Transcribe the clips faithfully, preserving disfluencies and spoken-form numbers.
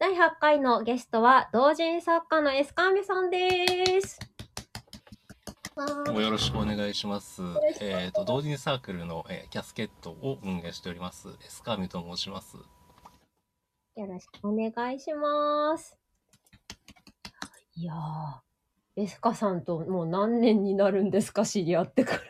だいはちかいのゲストは同人作家のエスカーミさんです。 どうもよろしくお願いします。えっ、と、同人サークルの、えーキャスケットを運営しております、エスカーミと申します。 よろしくお願いします。いやー、エスカさんともう何年になるんですか、知り合ってから。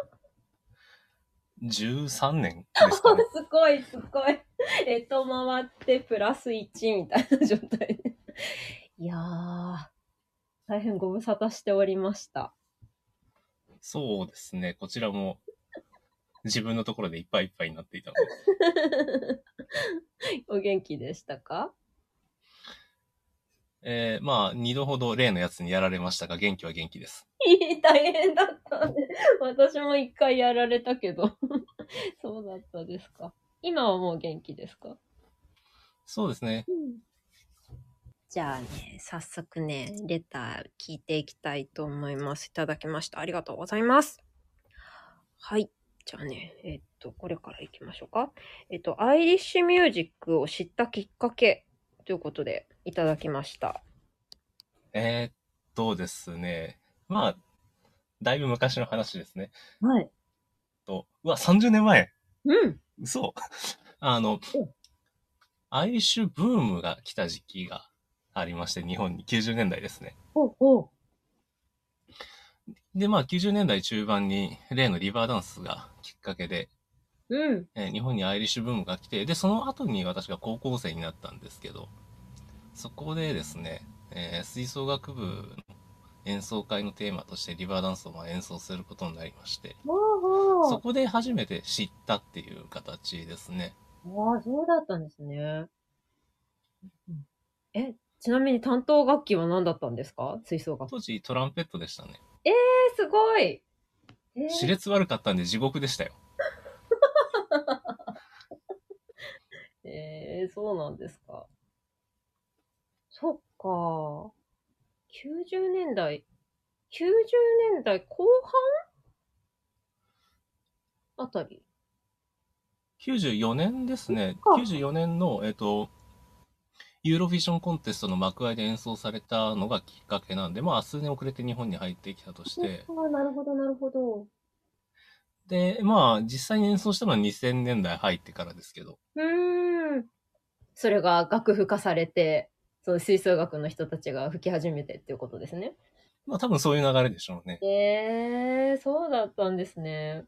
じゅうさんねんですかね。 すごい、すごい。えっと、回ってプラスいちみたいな状態で。いやー、大変ご無沙汰しておりました。 そうですね、こちらも自分のところでいっぱいいっぱいになっていたので。 お元気でしたか？ えー、まあ、二度ほど例のやつにやられましたが、元気は元気です。 いい大変だったね。私も一回やられたけど。そうだったですか。今はもう元気ですか？ そうですね。 うん、じゃあね、早速ね、レター聞いていきたいと思います。いただきました。ありがとうございます。はい。じゃあね、えっと、これから行きましょうか。えっと、アイリッシュミュージックを知ったきっかけということでいただきました。 えー、っとですね、まあ、だいぶ昔の話ですね。 はい。 と、うわ、さんじゅうねんまえ。 うん。 嘘。あの、アイリッシュブームが来た時期がありまして、日本にきゅうじゅうねんだいですね。 ほうほで、まあ、きゅうじゅうねんだい中盤に例のリバーダンスがきっかけで、 う。うん。 えー日本にアイリッシュブームが来て、で、その後に私が高校生になったんですけど、そこでですね、えー吹奏楽部の演奏会のテーマとしてリバーダンスをまあ演奏することになりまして、 ほうほう。 そこで初めて知ったっていう形ですね。 ああ、そうだったんですね。うん、え、ちなみに担当楽器は何だったんですか？吹奏楽。 当時トランペットでしたね。 えー、すごい。え熾ー、 烈悪かったんで地獄でしたよ。 えー、そうなんですか。そっか。きゅうじゅうねんだい、きゅうじゅうねんだいこう半あたり。 きゅうじゅうよねんですね。 か。 きゅうじゅうよねんの、えっと、ユーロビジョンコンテストの幕間で演奏されたのがきっかけなんで、まあ数年遅れて日本に入ってきたとして、 ああ、なるほど、なるほど。 で、まあ実際に演奏したのはにせんねんだい入ってからですけど、 うーん。それが楽譜化されて、そう、吹奏楽の人たちが吹き始めてっていうことですね。 まあ多分そういう流れでしょうね。 えー、そうだったんですね。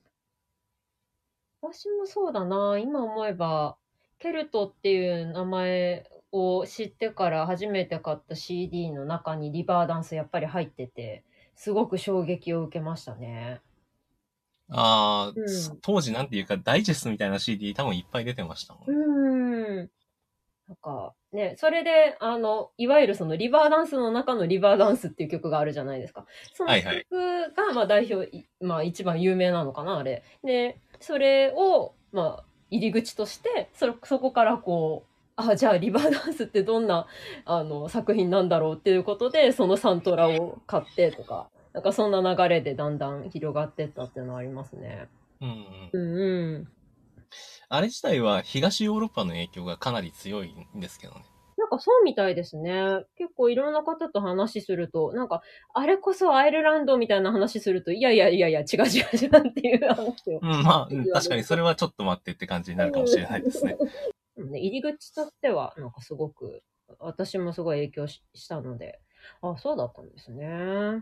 私もそうだな。今思えば、ケルトっていう名前を知ってから初めて買った シーディー の中にリバーダンスやっぱり入ってて、すごく衝撃を受けましたね。 ああ、 うん。 当時なんていうかダイジェストみたいな シーディー 多分いっぱい出てましたもんうね。 ーん。なんか、ね、それで、あの、いわゆるそのリバーダンスの中のリバーダンスっていう曲があるじゃないですか。その曲はいはい。 が、まあ代表、いまあ一番有名なのかな、あれ。で、それを、まあ、入り口として、そ、そこからこう、あ、じゃあリバーダンスってどんな、あの、作品なんだろうっていうことで、そのサントラを買ってとか、なんかそんな流れでだんだん広がってったっていうのはありますね。 うんうん。 うんうん。 あれ自体は東ヨーロッパの影響がかなり強いんですけどね。 なんかそうみたいですね。結構いろんな方と話すると、なんか、あれこそアイルランドみたいな話すると、いやいやいやいや、違う違う違うっていう話をうん、まあ、うん、 言われる。 確かにそれはちょっと待ってって感じになるかもしれないですね。 うん。ね、入り口としては、なんかすごく、私もすごい影響ししたので、あ、そうだったんですね。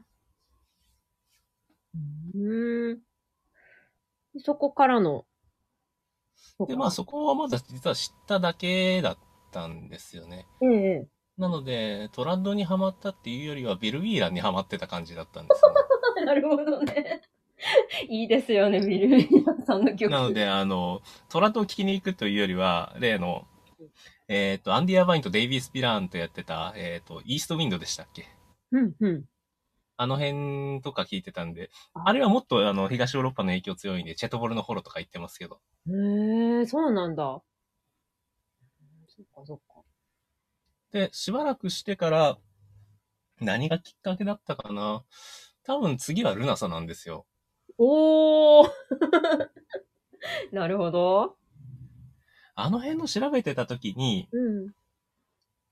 うーん。そこからの、そうで、まあか。 そこはまだ実は知っただけだったんですよね。 ええ。 なので、トラッドにハマったっていうよりはビル・ウィーランにハマってた感じだったんですよね。 なるほどね。いいですよね、ビル・ウィリアムさんの曲。 なので、あの、トラッドを聴きに行くというよりは、例の、えっと、アンディ・アバインとデイビー・スピラーンとやってた、えっと、イーストウィンドでしたっけ？ うんうん。 あの辺とか聞いてたんで、ああ、 れはもっとあの、東ヨーロッパの影響強いんで、チェトボルのホロとか言ってますけど。 へえ、そうなんだ。そっかそっか。 で、しばらくしてから、何がきっかけだったかな。多分次はルナサなんですよ。 おーなるほど。 あの辺の調べてた時に、 うん。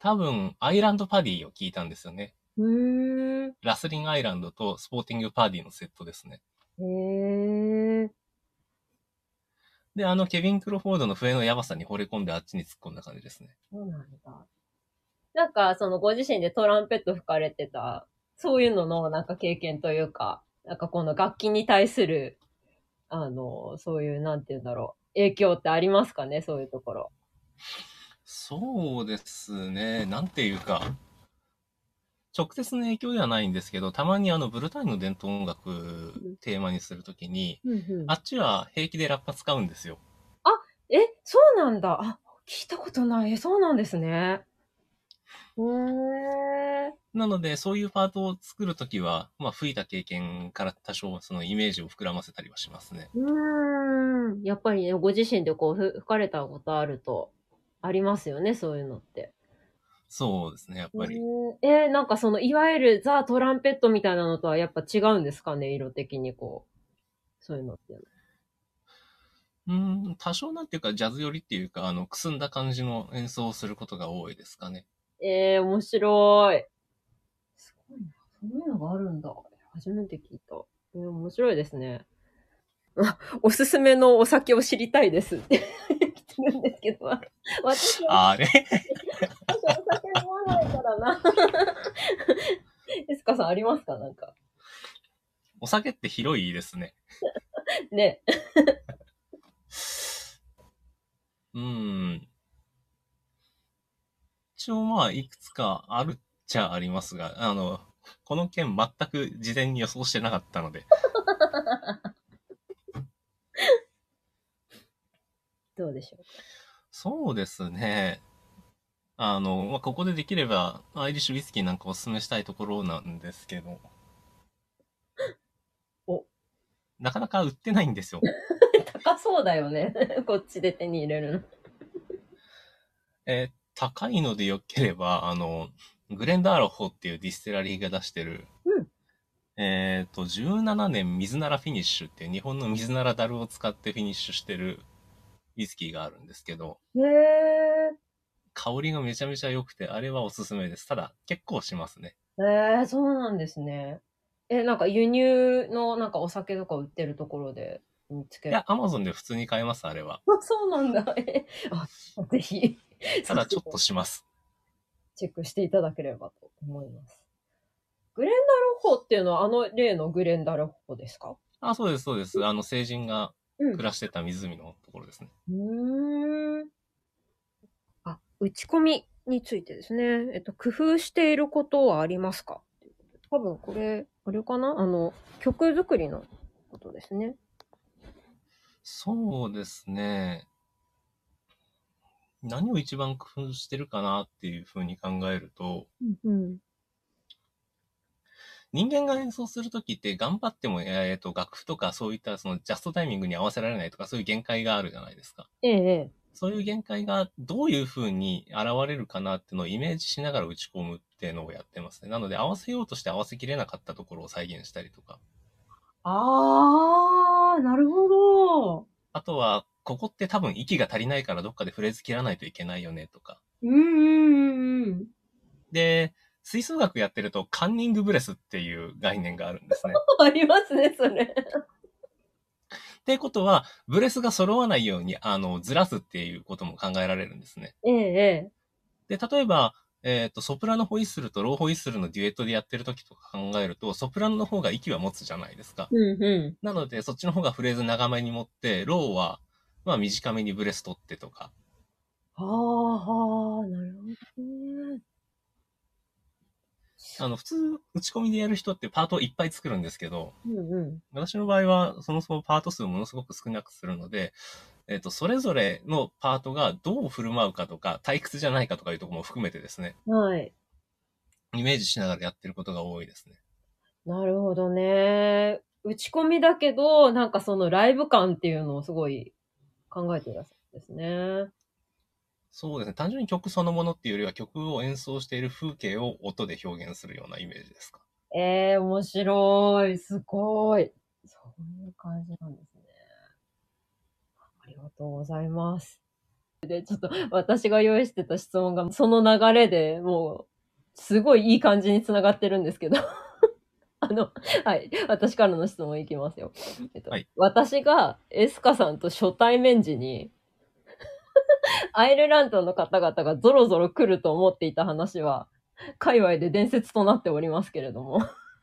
多分、アイランドパディを聞いたんですよね。 うーん。 ラスリングアイランドとスポーティングパディのセットですね。 へえ。 で、あの、ケビン・クロフォードの笛のやばさに惚れ込んであっちに突っ込んだ感じですね。 そうなんだ。なんか、そのご自身でトランペット吹かれてた、そういうののなんか経験というか、なんかこの楽器に対する、あの、そういう、なんて言うんだろう、影響ってありますかね、そういうところ。 そうですね。なんていうか、直接の影響ではないんですけど、たまにあの、ブルターニュの伝統音楽テーマにするときに、 うんうん。 あっちは平気でラッパ使うんですよ。 あ、え、そうなんだ。あ、聞いたことない。え、そうなんですね。へえ。 なので、そういうパートを作るときは、まあ、吹いた経験から多少そのイメージを膨らませたりはしますね。 うーん。やっぱりね、ご自身でこう、ふ吹かれたことあると、ありますよね、そういうのって。 そうですね、やっえぱり。 ー、えーなんかその、いわゆるザ・トランペットみたいなのとはやっぱ違うんですかね、色的にこう、そういうのっていうの。 うーん、多少なんていうか、ジャズ寄りっていうか、あの、くすんだ感じの演奏をすることが多いですかね。 えー、面白い。すごいな。そういうのがあるんだ。初めて聞いた。えー、面白いですね。あ、おすすめのお酒を知りたいですって言ってるんですけど、私は、 あれ私お酒飲まないからな。エスカさんありますかなんか。 お酒って広いですね。 ね。 うーん。一応まあ、いくつかあるっちゃありますが、あの、この件全く事前に予想してなかったので、 どうでしょうか。 そうですね。あの、まあ、ここでできれば、アイリッシュウイスキーなんかお勧めしたいところなんですけど、 お、 なかなか売ってないんですよ。 高そうだよね。こっちで手に入れるの。 えー高いので良ければ、あの、グレンダーロホっていうディステラリーが出してる、 うん。 えっと、じゅうななねん水ならフィニッシュっていう日本の水なら樽を使ってフィニッシュしてるウイスキーがあるんですけど、 へえ。 香りがめちゃめちゃ良くて、あれはおすすめです。ただ、結構しますね。 へえ、そうなんですね。え、なんか輸入のなんかお酒とか売ってるところで見つける。 いや、アマゾンで普通に買えます、あれは。 あ、そうなんだ。え、あ、ぜひ、 ただ、ちょっそっちでとします。 チェックしていただければと思います。グレンダルホっていうのはあの例のグレンダルホですか？ あ、そうです、そうです。あの、成人がうん。 暮らしてた湖のところですね。 うーん。あ、打ち込みについてですね。えっと、工夫していることはありますか？多分これ、あれかなあの、曲作りのことですね。 そうですね。何を一番工夫してるかなっていうふうに考えると、 うんうん。 人間が演奏するときって頑張っても、えっと、楽譜とかそういったそのジャストタイミングに合わせられないとかそういう限界があるじゃないですか。 ええ、 そういう限界がどういうふうに現れるかなっていうのをイメージしながら打ち込むっていうのをやってますね。なので合わせようとして合わせきれなかったところを再現したりとか。 ああ、なるほど。 あとは、ここって多分息が足りないからどっかでフレーズ切らないといけないよねとか。 うんうんうんうん。 で、吹奏楽やってるとカンニングブレスっていう概念があるんですね。 ありますね、それ。 ってことは、ブレスが揃わないように、あの、ずらすっていうことも考えられるんですね。 ええ、ええ。 で、例えば、えっと、ソプラノホイッスルとローホイッスルのデュエットでやってる時とか考えると、ソプラノの方が息は持つじゃないですか。 うんうなので、そっちの方がフレーズ長めに持って、ローは、まあ短めにブレス取ってとか。 ん。はあ、はあ、なるほどね。 あの、普通、打ち込みでやる人ってパートをいっぱい作るんですけど、 うんうん。 私の場合は、そもそもパート数をものすごく少なくするので、えっと、それぞれのパートがどう振る舞うかとか、退屈じゃないかとかいうところも含めてですね、 はい。 イメージしながらやってることが多いですね。 なるほどね。打ち込みだけど、なんかそのライブ感っていうのをすごい考えていらっしゃるんですね。 そうですね。単純に曲そのものっていうよりは曲を演奏している風景を音で表現するようなイメージですか。 ええ、面白い。すごい。そういう感じなんですね。ありがとうございます。 で、ちょっと私が用意してた質問が、その流れでもう、すごいいい感じにつながってるんですけど。あの、はい。私からの質問いきますよ。えっと、 はい。 私がエスカさんと初対面時に、アイルランドの方々がゾロゾロ来ると思っていた話は、界隈で伝説となっておりますけれども。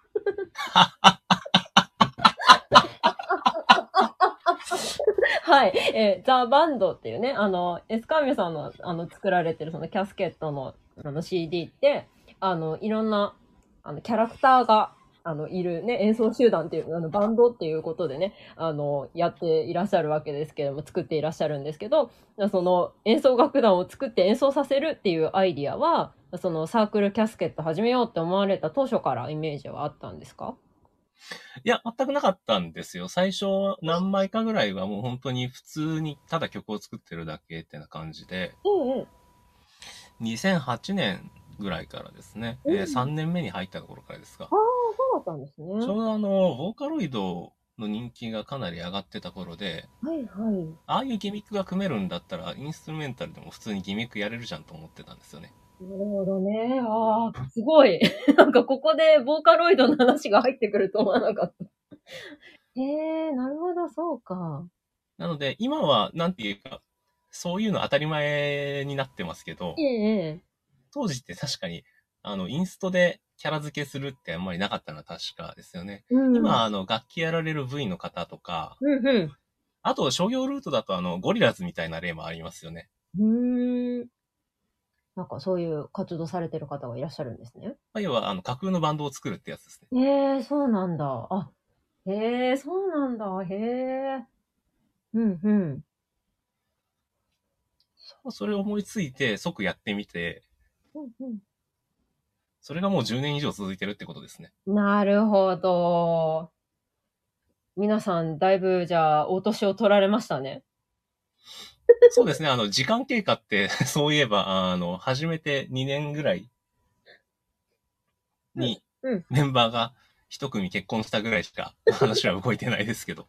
はい。えーザ・バンドっていうね、あの、エスカーミュさんの、あの、作られてるそのキャスケットの、あの シーディー って、あの、いろんな、あの、キャラクターが、あの、いるね、演奏集団っていう、あの、バンドっていうことでね、あの、やっていらっしゃるわけですけれども、作っていらっしゃるんですけど、その、演奏楽団を作って演奏させるっていうアイディアは、その、サークルキャスケット始めようって思われた当初からイメージはあったんですか？ いや、全くなかったんですよ。最初何枚かぐらいはもう本当に普通にただ曲を作ってるだけってな感じで、 うんうん。 にせんはちねんぐらいからですね、えー、 うん。 さんねんめに入ったところからですが、 ああ、そうだったんですね。 ちょうどあの、ボーカロイドの人気がかなり上がってた頃で、 はいはい。 ああいうギミックが組めるんだったら、インストゥルメンタルでも普通にギミックやれるじゃんと思ってたんですよね。 なるほどね。ああ、すごい。なんかここでボーカロイドの話が入ってくると思わなかった。へえ、なるほど、そうか。 なので、今は、なんていうか、そういうの当たり前になってますけど、 ええ、ええ。 当時って確かに、あの、インストでキャラ付けするってあんまりなかったのは確かですよね。 うん。 今、あの、楽器やられる部員の方とか、 うん、 あと商業ルートだとあの、ゴリラズみたいな例もありますよね。 うん。うーん。なんかそういう活動されてる方がいらっしゃるんですね。 まあ、要は、あの、架空のバンドを作るってやつですね。 へえ、そうなんだ。あ、へえ、そうなんだ。へえ。うん、うん。 それを思いついて即やってみて、 うん、うそれがもうじゅうねん以上続いてるってことですね。 ん。なるほど。皆さん、だいぶ、じゃあ、お年を取られましたね。 そうですね。あの、時間経過ってそういえば、あの、初めてにねんぐらいうん、 にうん。 メンバーが一組結婚したぐらいしか話は動いてないですけど。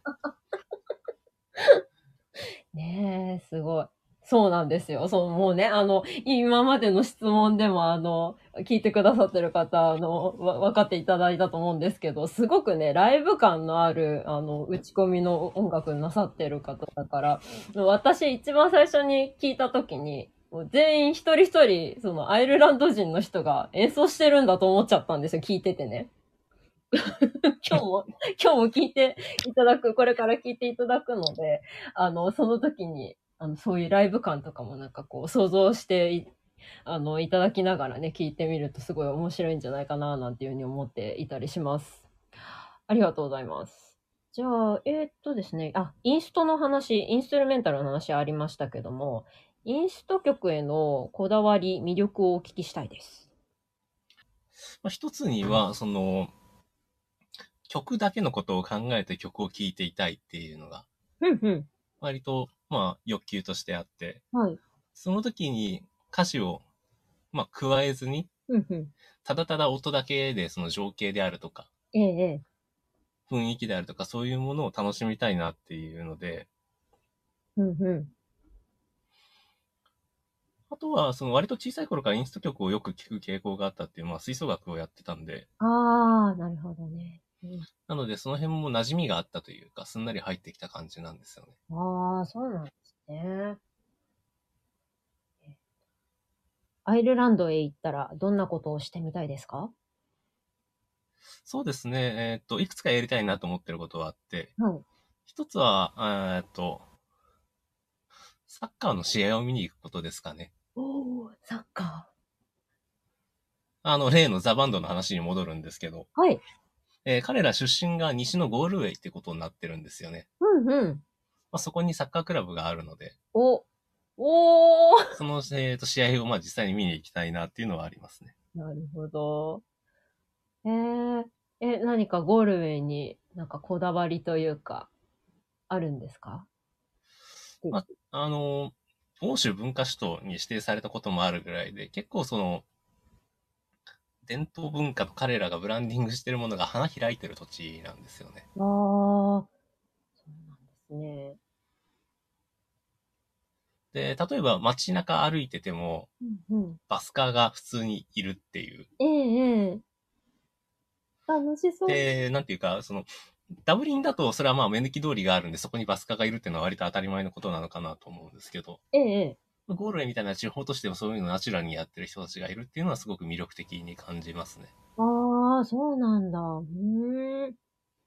ねえ、すごい。そうなんですよ。そう、もうね、あの、今までの質問でも、あの、聞いてくださってる方、あの、わ、分かっていただいたと思うんですけど、すごくね、ライブ感のある、あの、打ち込みの音楽なさってる方だから、私一番最初に聞いたときに、もう全員一人一人、そのアイルランド人の人が演奏してるんだと思っちゃったんですよ、聞いててね。今日も、今日も聞いていただく、これから聞いていただくので、あの、その時に、あの、そういうライブ感とかもなんかこう、想像してい、あの、いただきながらね、聞いてみるとすごい面白いんじゃないかな、なんていうふうに思っていたりします。ありがとうございます。じゃあ、えーっとですね、あ、インストの話、インストゥルメンタルの話ありましたけども、インスト曲へのこだわり、魅力をお聞きしたいです。 まあ、一つには、その、曲だけのことを考えて曲を聴いていたいっていうのが、 うんう割と、まあ、欲求としてあって、 ん。はい。 その時に歌詞を、まあ、加えずに、 うんうん。 ただただ音だけでその情景であるとか、 ええ、ええ。 雰囲気であるとか、そういうものを楽しみたいなっていうので、 うんうん。 あとは、その割と小さい頃からインスト曲をよく聴く傾向があったっていう、まあ、吹奏楽をやってたんで、 ああ、なるほどね。うん、 なので、その辺も馴染みがあったというか、すんなり入ってきた感じなんですよね。 ああ、そうなんですね。アイルランドへ行ったらどんなことをしてみたいですか？ そうですね。えーっと、いくつかやりたいなと思ってることはあって、 はい。 一つは、えーっと、サッカーの試合を見に行くことですかね。 おー、サッカあの、例のザ・バンドの話に戻るんですけど、 ー。はい。 えー彼ら出身が西のゴールウェイってことになってるんですよね。 うんうん。 まあ、そこにサッカークラブがあるので、 お、おー。 その、えーっと、試合をまあ実際に見に行きたいなっていうのはありますね。 なるほど。えー、え、何かゴールウェイになんかこだわりというか、あるんですか？ まあ、あの、欧州文化首都に指定されたこともあるぐらいで、結構その、伝統文化と彼らがブランディングしてるものが花開いてる土地なんですよね。 ああ、そうなんですね。 で、例えば街中歩いてても、 うんうん。 バスカーが普通にいるっていう。 ええ、ええ。楽しそう。 で、なんていうか、その、ダブリンだと、それはまあ目抜き通りがあるんで、そこにバスカーがいるっていうのは割と当たり前のことなのかなと思うんですけど、 ええ、ええ。 ゴールウェイみたいな地方としてもそういうのをナチュラルにやってる人たちがいるっていうのはすごく魅力的に感じますね。 ああ、そうなんだ。うーん。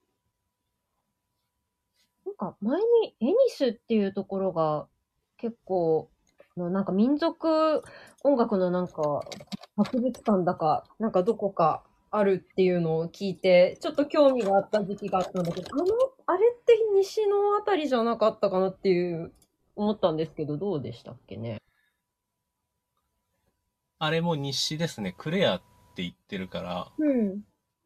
なんか前にエニスっていうところが結構、あのなんか民族音楽のなんか博物館だか、なんかどこかあるっていうのを聞いて、ちょっと興味があった時期があったんだけど、あの、あれって西のあたりじゃなかったかなっていう思ったんですけど、どうでしたっけね。 あれも日誌ですね。クレアって言ってるから、 うん。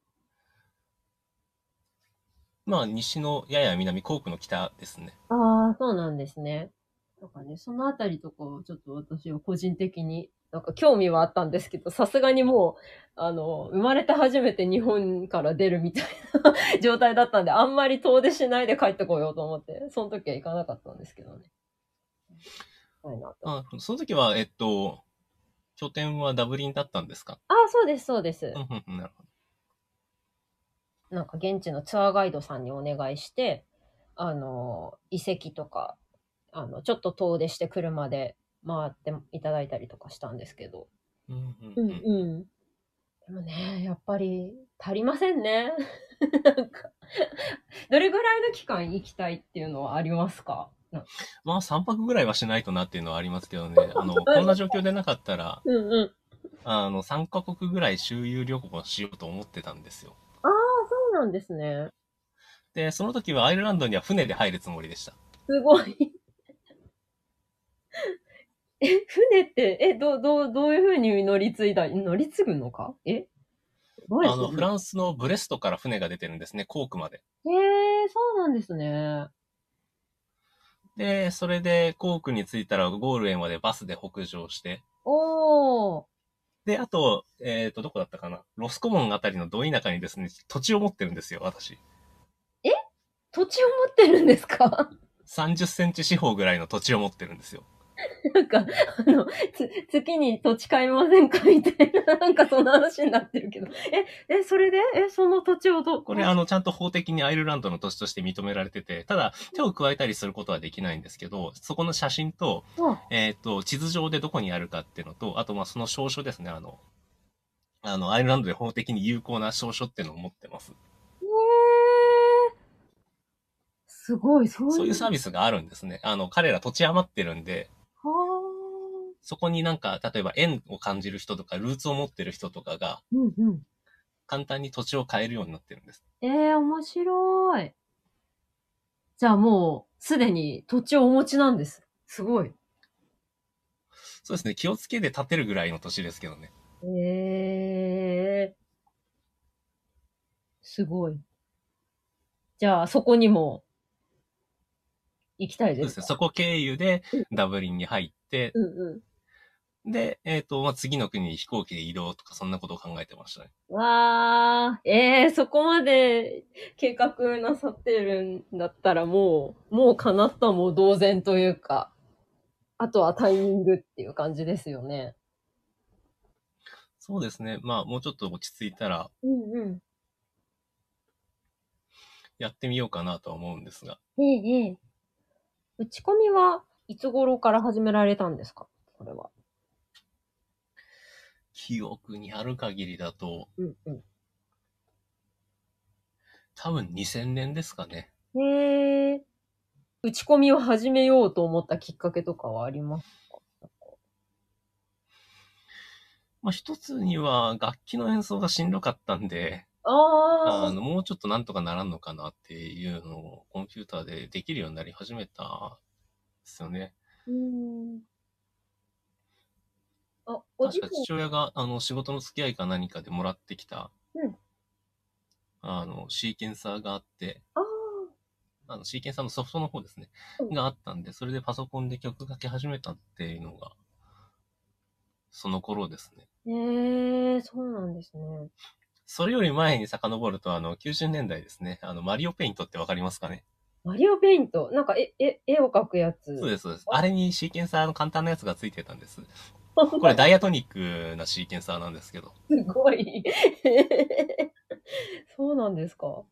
まあ西のやや南、コークの北ですね。 ああ、そうなんですね。なんかね、そのあたりとかをちょっと私は個人的になんか興味はあったんですけど、さすがにもう、あの、生まれて初めて日本から出るみたいな状態だったんで、あんまり遠出しないで帰ってこようと思って、その時は行かなかったんですけどね。はいなと。 あ、その時は、えっと、拠点はダブリンだったんですか？ ああ、そうです、そうです。 うんうんうん、なるほど。 なんか現地のツアーガイドさんにお願いして、あの、遺跡とか、あの、ちょっと遠出して車で回っていただいたりとかしたんですけど。 うんうんうんうん。 うん。でもね、やっぱり足りませんね。なんか、どれぐらいの期間行きたいっていうのはありますか？なんか。 まあさんぱくぐらいはしないとなっていうのはありますけどね。あの、こんな状況でなかったら、 うんうん。 あの、さんカ国ぐらい周遊旅行をしようと思ってたんですよ。 ああ、そうなんですね。 で、その時はアイルランドには船で入るつもりでした。 すごい。え、船って、え、どう、どう、どういう風に乗り継いだ、乗り継ぐのかえどうやっあの、 てるの？ フランスのブレストから船が出てるんですね、コークまで。 へえ、そうなんですね。 で、それでコークに着いたらゴールエンまでバスで北上して、 おー。 で、あと、えっと、どこだったかな、ロスコモンあたりのど田舎にですね、土地を持ってるんですよ、私。 え、土地を持ってるんですか？ さんじゅっセンチ四方ぐらいの土地を持ってるんですよ。 なんか、あの、つ、月に土地買いませんかみたいな、なんかそんな話になってるけど。え、え、それでえ、その土地をど、 これ、あの、ちゃんと法的にアイルランドの土地として認められてて、ただ、手を加えたりすることはできないんですけど、そこの写真と、 あ、 えっと、地図上でどこにあるかっていうのと、あと、まあ、その証書ですね、あの、あの、アイルランドで法的に有効な証書っていうのを持ってます。 えー、すごい、そうそういういう、 サービスがあるんですね。あの、彼ら土地余ってるんで、 はあ、 そこになんか、例えば縁を感じる人とか、ルーツを持ってる人とかが、 うんうん。 簡単に土地を買えるようになってるんです。 えー、面白い。じゃあもう、すでに土地をお持ちなんです。すごい。 そうですね、気をつけて建てるぐらいの土地ですけどね。 えー、すごい。じゃあ、そこにも行きたいそうですね、 ですか？ そこ経由でうんダブリンに入って、 うんうで、えっ、と、まあ、次の国に飛行機で移動とか、そんなことを考えてましたね。 ん。わー、えー、そこまで計画なさってるんだったらもう、もう叶ったも同然というか、あとはタイミングっていう感じですよね。 そうですね。まあ、もうちょっと落ち着いたら、 うんうん。 やってみようかなとは思うんですが、 ええ、ええ。打ち込みはいつ頃から始められたんですか？これは。 記憶にある限りだと、 うんう多分にせんねんですかね。 ん。へえ。打ち込みを始めようと思ったきっかけとかはありますか？ まあ、一つには、楽器の演奏がしんどかったんで、 あああの、もうちょっとなんとかならんのかなっていうのをコンピューターでできるようになり始めたんですよね。 ー、うーん。あ、ご自確か身、 父親が、あの、仕事の付き合いか何かでもらってきた、 うん。 あの、シーケンサーがあって、 ああ、 あの、シーケンサーのソフトの方ですね。 うがあったんで、それでパソコンで曲書き始めたっていうのが、その頃ですね。 ん。へえ、そうなんですね。 それより前に遡ると、あの、きゅうじゅうねんだいですね。あの、マリオペイントってわかりますかね？ マリオペイント。なんか、え、え、絵を描くやつ。 そうです、そうです。あれにシーケンサーの簡単なやつがついてたんです。これダイアトニックなシーケンサーなんですけど。 すごい。そうなんですか。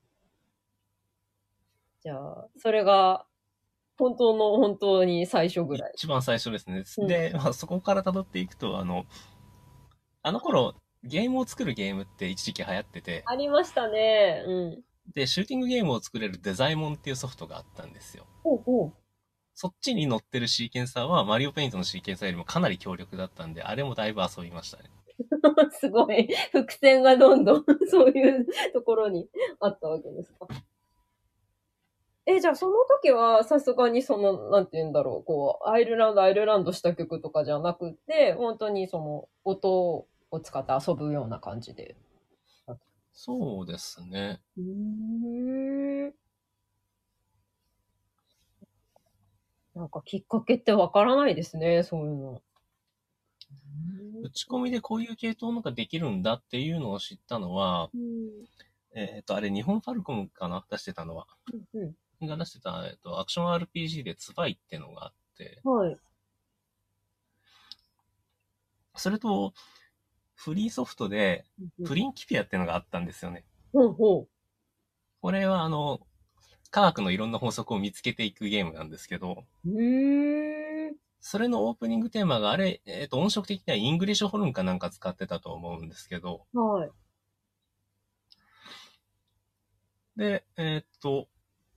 じゃあ、それが、本当の本当に最初ぐらい。 一番最初ですね。 うん。 で、まあ、そこから辿っていくと、あの、あの頃、ゲームを作るゲームって一時期流行ってて、 ありましたね。うん。 で、シューティングゲームを作れるデザイモンっていうソフトがあったんですよ。 ほうほう。 そっちに載ってるシーケンサーは、マリオペイントのシーケンサーよりもかなり強力だったんで、あれもだいぶ遊びましたね。 すごい。伏線がどんどんそういうところにあったわけですか。え、じゃあその時はさすがにその、なんて言うんだろう、こう、アイルランド、アイルランドした曲とかじゃなくて、本当にその、音を使って遊ぶような感じで。 そうですね。 うーん。なんかきっかけってわからないですね、そういうの。 打ち込みでこういう系統のができるんだっていうのを知ったのは、 うん。 えっ、と、あれ、日本ファルコムかな出してたのは。 うん。 が出してた、えっ、と、アクション アールピージー でツバイってのがあって、 はい。 それと、フリーソフトで、 うん。 プリンキピアってのがあったんですよね。 ほうほこれは、あの、科学のいろんな法則を見つけていくゲームなんですけど、 う。うーん。 それのオープニングテーマがあれ、えっ、と、音色的にはイングリッシュホルンかなんか使ってたと思うんですけど、 はい。 で、えっ、と、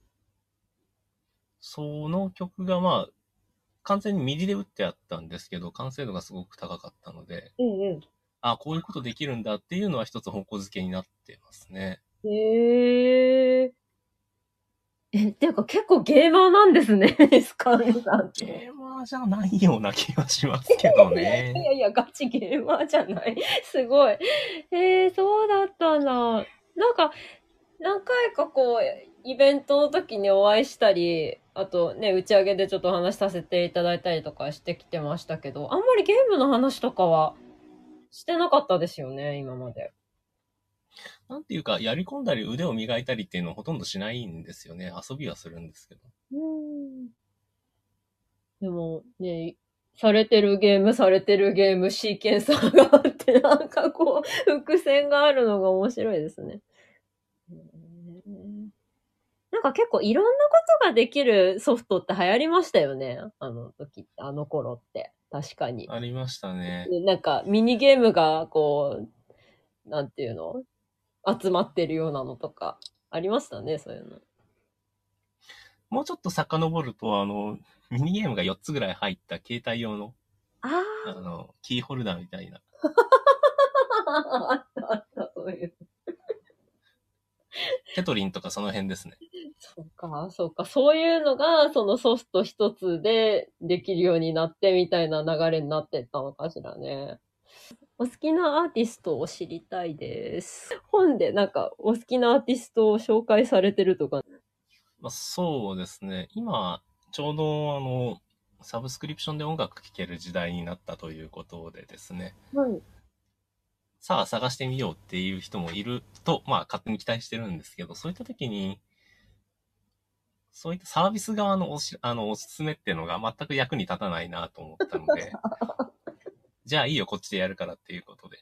その曲がまあ、完全にミディで打ってあったんですけど、完成度がすごく高かったので、 えあ、こういうことできるんだっていうのは一つ方向づけになってますね。 え。へえ。え、っていうか結構ゲーマーなんですね、スカンさんって。 ゲーマーじゃないような気がしますけどいやいね。 やいや、ガチゲーマーじゃない。すごい。えー、そうだったんだ。なんか、何回かこう、イベントの時にお会いしたり、あとね、打ち上げでちょっとお話しさせていただいたりとかしてきてましたけど、あんまりゲームの話とかはしてなかったですよね、今まで。 なんていうか、やり込んだり腕を磨いたりっていうのはほとんどしないんですよね。遊びはするんですけど。 うーん。でもね、されてるゲーム、されてるゲーム、シーケンサーがあって、なんかこう、伏線があるのが面白いですね。へーなんか結構いろんなことができるソフトって流行りましたよね。あの時って、あの頃って。確かに。 ありましたね。 でなんかミニゲームがこう、なんていうの集まってるようなのとか、ありましたね、そういうの。 もうちょっと遡ると、あの、ミニゲームがよっつぐらい入った携帯用の、 ああの、キーホルダーみたいな。 あ、あったあった、そういう。 テトリンとかその辺ですね。 そうか、そうか。そういうのが、そのソフト一つでできるようになってみたいな流れになってったのかしらね。お好きなアーティストを知りたいです。本でなんかお好きなアーティストを紹介されてるとか。 まあ、そうですね。今、ちょうどあの、サブスクリプションで音楽聴ける時代になったということでですね。 はい。 さあ探してみようっていう人もいると、まあ勝手に期待してるんですけど、そういった時に、そういったサービス側のおし、あの、おすすめっていうのが全く役に立たないなと思ったので、じゃあいいよ、こっちでやるからっていうことで。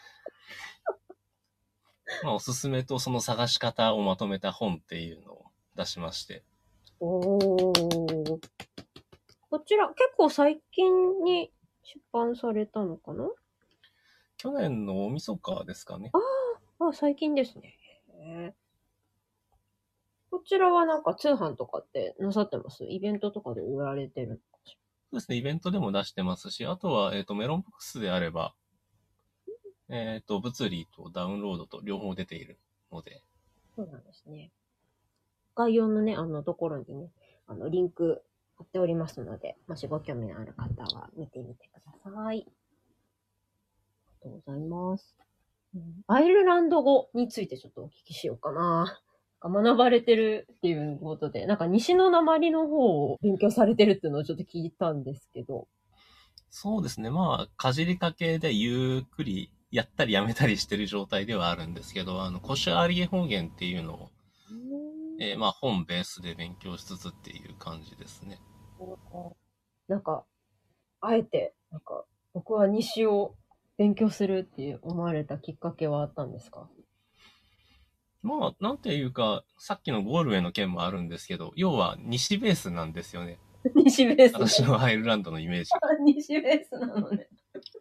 まあ、おすすめとその探し方をまとめた本っていうのを出しまして。 おー。こちら、結構最近に出版されたのかな。 去年の大晦日ですかね。 ああ、最近ですね。へーこちらはなんか通販とかってなさってます？イベントとかで売られてるのかしそうですね、イベントでも出してますし、あとは、えっと、メロンボックスであれば、えっと、物理とダウンロードと両方出ているので、 ら。そうなんですね。概要のね、あのところにね、あの、リンク貼っておりますので、もしご興味のある方は見てみてください。ありがとうございます。うんアイルランド語についてちょっとお聞きしようかな。なんか学ばれてるっていうことで、なんか西の訛りの方を勉強されてるっていうのをちょっと聞いたんですけど。 そうですね、まあ、かじりかけでゆっくりやったりやめたりしてる状態ではあるんですけど、あの、コシュアリエ方言っていうのを、 うーえーまあ本ベースで勉強しつつっていう感じですね。 なんか、あえて、なんか、僕は西を勉強するって思われたきっかけはあったんですか？ まあ、なんていうか、さっきのゴールウェイの件もあるんですけど、要は西ベースなんですよね。 西ベースな私のアイルランドのイメージが。 の。西ベースなのね。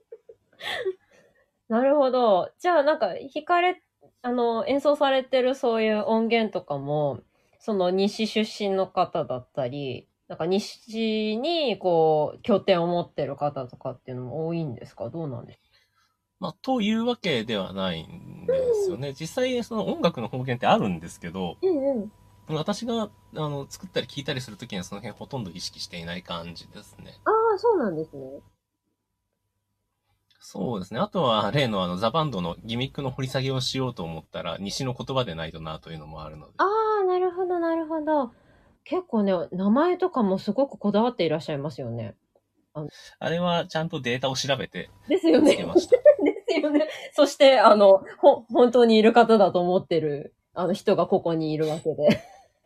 なるほど。じゃあ、なんか、弾かれ、あの、演奏されてるそういう音源とかも、その西出身の方だったり、なんか西に、こう、拠点を持ってる方とかっていうのも多いんですか？どうなんでしまあ、というわけではないんですよね。実際、その音楽の方言ってあるんですけど、 ょう？うんうん。 私が、あの、作ったり聞いたりするときにはその辺ほとんど意識していない感じですね。 ああ、そうなんですね。 そうですね。あとは、例のあの、ザ・バンドのギミックの掘り下げをしようと思ったら、西の言葉でないとなというのもあるので。 ああ、なるほど、なるほど。結構ね、名前とかもすごくこだわっていらっしゃいますよね。あのあれはちゃんとデータを調べてですよね。 つけました。 ですよね。そして、あの、ほ、本当にいる方だと思ってる、あの人がここにいるわけで。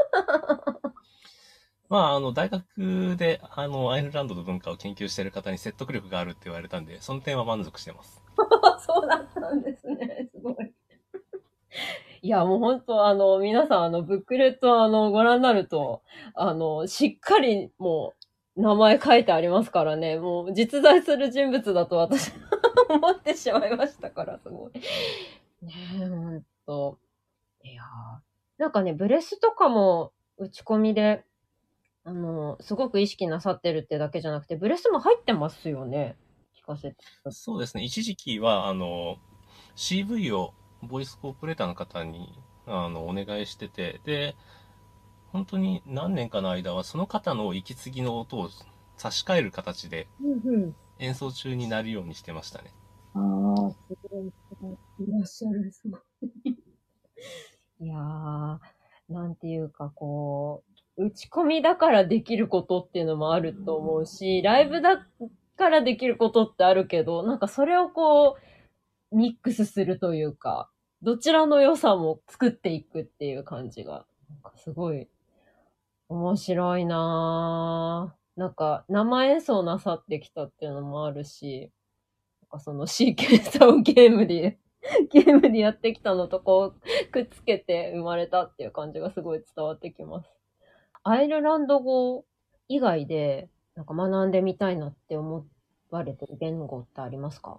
まあ、あの、大学で、あの、アイルランドの文化を研究している方に説得力があるって言われたんで、その点は満足してます。 そうだったんですね。すごい。いや、もう本当、あの、皆さん、あの、ブックレット、あの、ご覧になると、あの、しっかり、もう、名前書いてありますからね。もう、実在する人物だと私、思ってしまいましたから、すごい。ねえ、ほんと。いやーなんかね、ブレスとかも、打ち込みで、あの、すごく意識なさってるってだけじゃなくて、ブレスも入ってますよね。聞かせて。 そうですね。一時期は、あの、シーブイ をボイスコーポレーターの方に、あの、お願いしてて、で、本当に何年かの間は、その方の息継ぎの音を差し替える形でうんうん。 演奏中になるようにしてましたね。 ああ、すごい、すごい。いらっしゃる、すごい。いやー、なんていうかこう、打ち込みだからできることっていうのもあると思うし、ライブだからできることってあるけど、なんかそれをこう、ミックスするというか、どちらの良さも作っていくっていう感じが、なんかすごい面白いなぁ。なんか生演奏なさってきたっていうのもあるし、なんかそのシーケンサーをゲームで、ゲームでやってきたのとこう、くっつけて生まれたっていう感じがすごい伝わってきます。アイルランド語以外で、なんか学んでみたいなって思われてる言語ってありますか？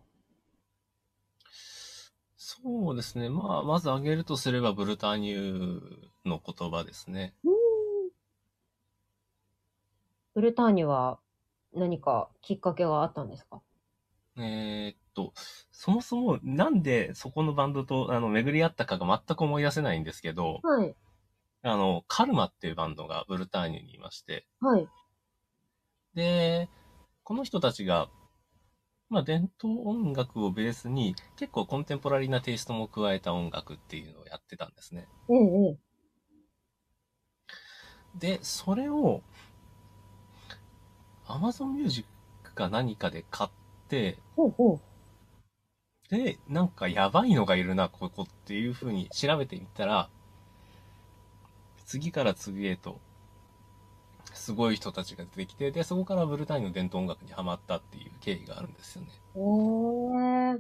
そうですね。まあ、まず挙げるとすれば、ブルターニュの言葉ですね。 うーん。ブルターニュは何かきっかけがあったんですか？ えーっと、そもそもなんでそこのバンドとあの巡り合ったかが全く思い出せないんですけど、 はい。 あの、カルマっていうバンドがブルターニュにいまして、 はい。 で、この人たちが、まあ、伝統音楽をベースに結構コンテンポラリーなテイストも加えた音楽っていうのをやってたんですね。 ええ、ええ。 で、それを Amazon Music か何かで買って、 ほうほう。 で、なんかやばいのがいるな、ここっていう風に調べてみたら、次から次へとすごい人たちが出てきて、で、そこからブルターニュの伝統音楽にハマったっていう経緯があるんですよね。 ええ。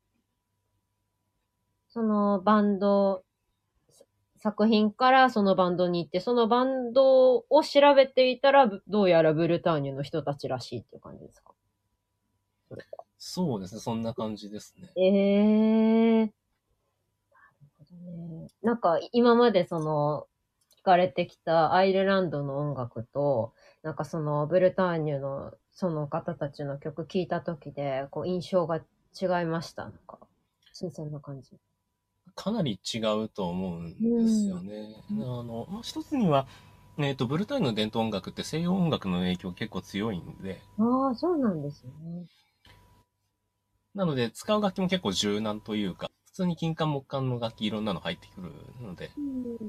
そのバンド、作品からそのバンドに行って、そのバンドを調べていたら、どうやらブルターニュの人たちらしいっていう感じですか？それそうですね、そんな感じですね。 ええね。なんか今までその聞かれてきたアイルランドの音楽と、なんかそのブルターニュのその方たちの曲聞いた時で、こう印象が違いました。なんか、新鮮な感じ。 かなり違うと思ううんですよん。 ね。あの、まあ、一つには、えっと、ブルターニュの伝統音楽って西洋音楽の影響結構強いんで、 ああ、そうなんですね。 なので使う楽器も結構柔軟というか、普通に金管木管の楽器いろんなの入ってくるので、 うん。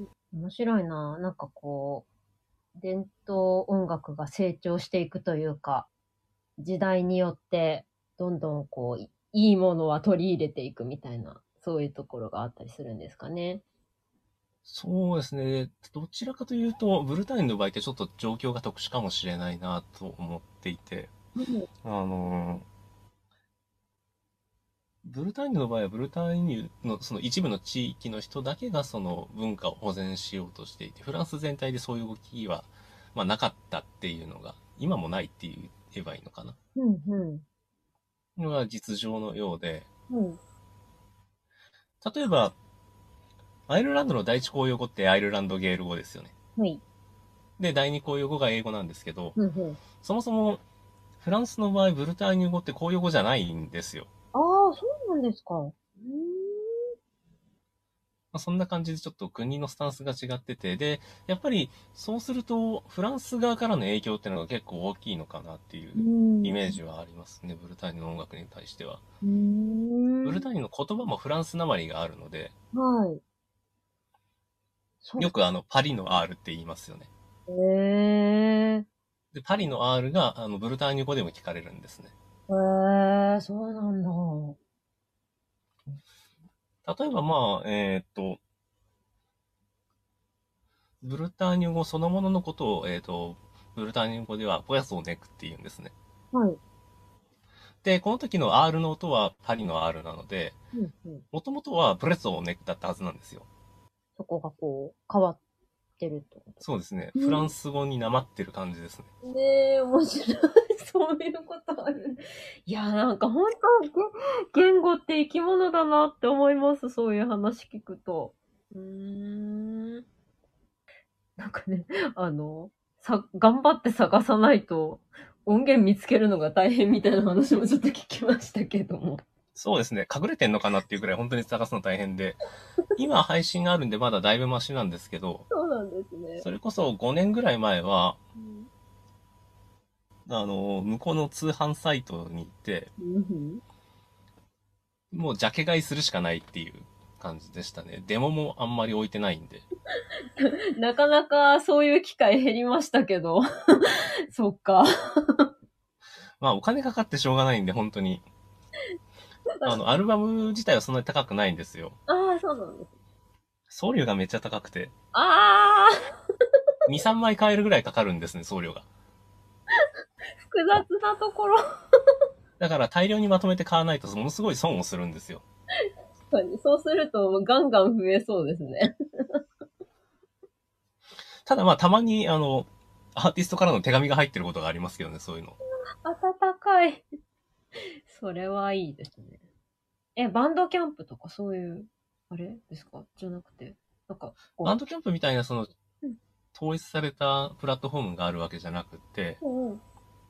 面白いな。なんかこう、伝統音楽が成長していくというか、時代によってどんどんこう、いいいものは取り入れていくみたいな、そういうところがあったりするんですかね。 そうですね。どちらかというと、ブルターニュの場合ってちょっと状況が特殊かもしれないなと思っていて、 うん。 あの、ブルターニュの場合は、ブルターニュのその一部の地域の人だけがその文化を保全しようとしていて、フランス全体でそういう動きは、まあ、なかったっていうのが、今もないって言えばいいのかな。 うん、うん。 のが実情のようで、 うん。 例えば、アイルランドの第一公用語ってアイルランドゲール語ですよね。 はい。 で、第二公用語が英語なんですけど、 うん、うん。 そもそもフランスの場合、ブルターニュ語って公用語じゃないんですよ。 ああ、そうなんですか。うーん。 まあ、そんな感じでちょっと国のスタンスが違ってて、で、やっぱりそうすると、フランス側からの影響っていうのが結構大きいのかなっていううーん。 イメージはありますね、ブルターニュの音楽に対しては。 うーん。 ブルターニュの言葉もフランスなまりがあるので、 はい。そよくあの、パリの R って言いますよね。 う。へえ。 で、パリの R があのブルターニュ語でも聞かれるんですね。 へえ、そうなんだ。 例えばまあ、えーっと、ブルターニュ語そのもののことを、えーっと、ブルターニュ語ではポヤソーネクって言うんですね。 はい。 で、この時の R の音はパリの R なので、 うん、うん。 もともとはブレソーネクだったはずなんですよ。 そこがこう、変わってるってこと。 そうですね。フランうん。 ス語になまってる感じですね。 ねえ、面白い。そういうことある。いや、なんか本当、げ言語って生き物だなって思います。そういう話聞くと。うーん。なんかね、あの、さ、頑張って探さないと音源見つけるのが大変みたいな話もちょっと聞きましたけども。 そうですね。隠れてんのかなっていうくらい本当に探すの大変で、今配信があるんでまだだいぶマシなんですけど、 そうなんですね。 それこそごねんぐらい前は、 うん。 あの、向こうの通販サイトに行って、 うん。 もうジャケ買いするしかないっていう感じでしたね。デモもあんまり置いてないんで。 なかなかそういう機会減りましたけど。そっか。 まあお金かかってしょうがないんで、本当に。あの、アルバム自体はそんなに高くないんですよ。 ああ、そうなんです。 送料がめっちゃ高くて、 ああ、 に、さんまい買えるぐらいかかるんですね、送料が。 複雑なところ。 だから大量にまとめて買わないとものすごい損をするんですよ。 確かに。そうするとガンガン増えそうですね。 ただまあたまにあの、アーティストからの手紙が入ってることがありますけどね、そういうの。 暖かい。それはいいですね。え、バンドキャンプとかそういう、あれですかじゃなくて。なんか、こバンドキャンプみたいなその、 う。うん。 統一されたプラットフォームがあるわけじゃなくて、 うんうん。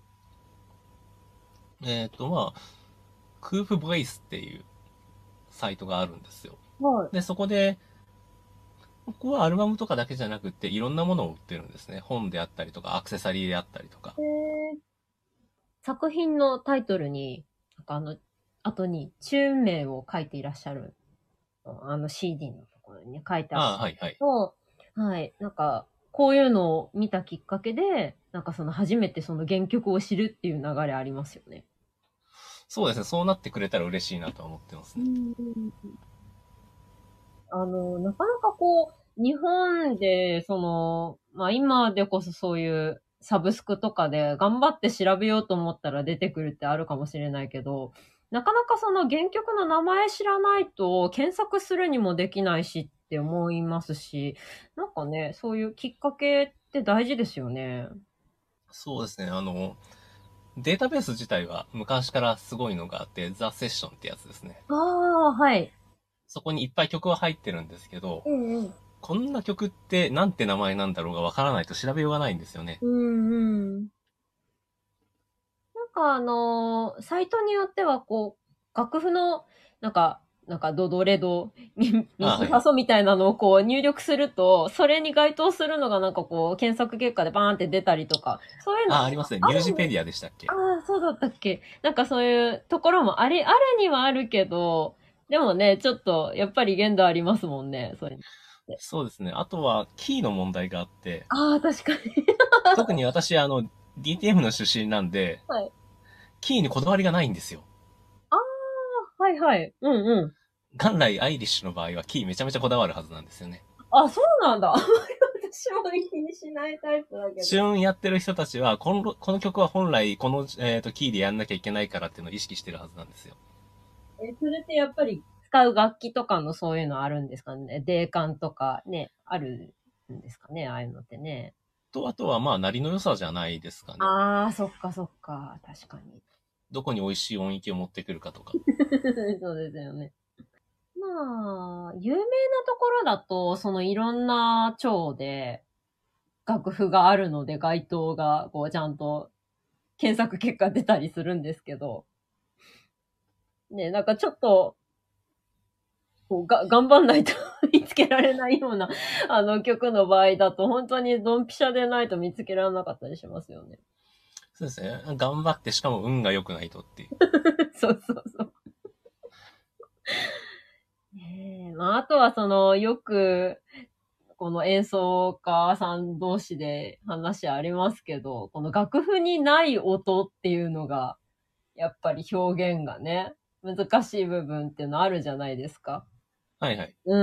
えっ、とまあ、クープブレイスっていうサイトがあるんですよ。 はで、そこで、ここはアルバムとかだけじゃなくて、いろんなものを売ってるんですね。本であったりとか、アクセサリーであったりとか。 い。えー、作品のタイトルに、なんかあの、後にチューン名を書いていらっしゃる、あの シーディー のところにね、書いてあるああ、はいはい。 と、はい、なんか、こういうのを見たきっかけで、なんかその初めてその原曲を知るっていう流れありますよね。 そうですね。そうなってくれたら嬉しいなとは思ってますね。 うん。あの、なかなかこう、日本で、その、まあ今でこそそういうサブスクとかで頑張って調べようと思ったら出てくるってあるかもしれないけど、なかなかその原曲の名前知らないと検索するにもできないしって思いますし、なんかね、そういうきっかけって大事ですよね。 そうですね。あの、データベース自体は昔からすごいのがあって、ザ・セッションってやつですね。 ああ、はい。 そこにいっぱい曲は入ってるんですけど、 うんうん。 こんな曲ってなんて名前なんだろうがわからないと調べようがないんですよね。 うんうん。なんかあのーサイトによってはこう、楽譜の、なんか、なんかドドレド、ミミああ、はいはい。 ソファソみたいなのをこう入力すると、それに該当するのがなんかこう、検索結果でバーンって出たりとか、そういうのああ、 もありますね。 あるミュージペんディアでしたっあけ？ あ、そうだったっけ。なんかそういうところもあり、あるにはあるけど、でもね、ちょっと、やっぱり限度ありますもんね、それって。 そうですね。あとは、キーの問題があって、 ああ、確かに。 特に私、あの、ディーティーエム の出身なんで、 はい。 キーにこだわりがないんですよ。 ああ、はいはい。うんうん。 元来アイリッシュの場合はキーめちゃめちゃこだわるはずなんですよね。 あ、そうなんだ。あんまり私も気にしないタイプだけど。 旬やってる人たちは、この、この曲は本来この、えっ、と、キーでやんなきゃいけないからっていうのを意識してるはずなんですよ。 え、それってやっぱり使う楽器とかのそういうのあるんですかね。デーカンとかね、あるんですかね、ああいうのってね。 と、あとはまあ、鳴りの良さじゃないですかね。 ああ、そっかそっか。確かに。 どこに美味しい音域を持ってくるかとか。 そうですよね。まあ、有名なところだと、そのいろんな町で楽譜があるので、該当がこうちゃんと検索結果出たりするんですけど、ね、なんかちょっと、こうが、頑張んないと見つけられないような、あの曲の場合だと、本当にドンピシャでないと見つけられなかったりしますよね。 そうですね。頑張って、しかも運が良くないとっていう。 そうそうそう。ねえ、まあ、あとはその、よく、この演奏家さん同士で話ありますけど、この楽譜にない音っていうのが、やっぱり表現がね、難しい部分っていうのあるじゃないですか。 はいはい。 うん。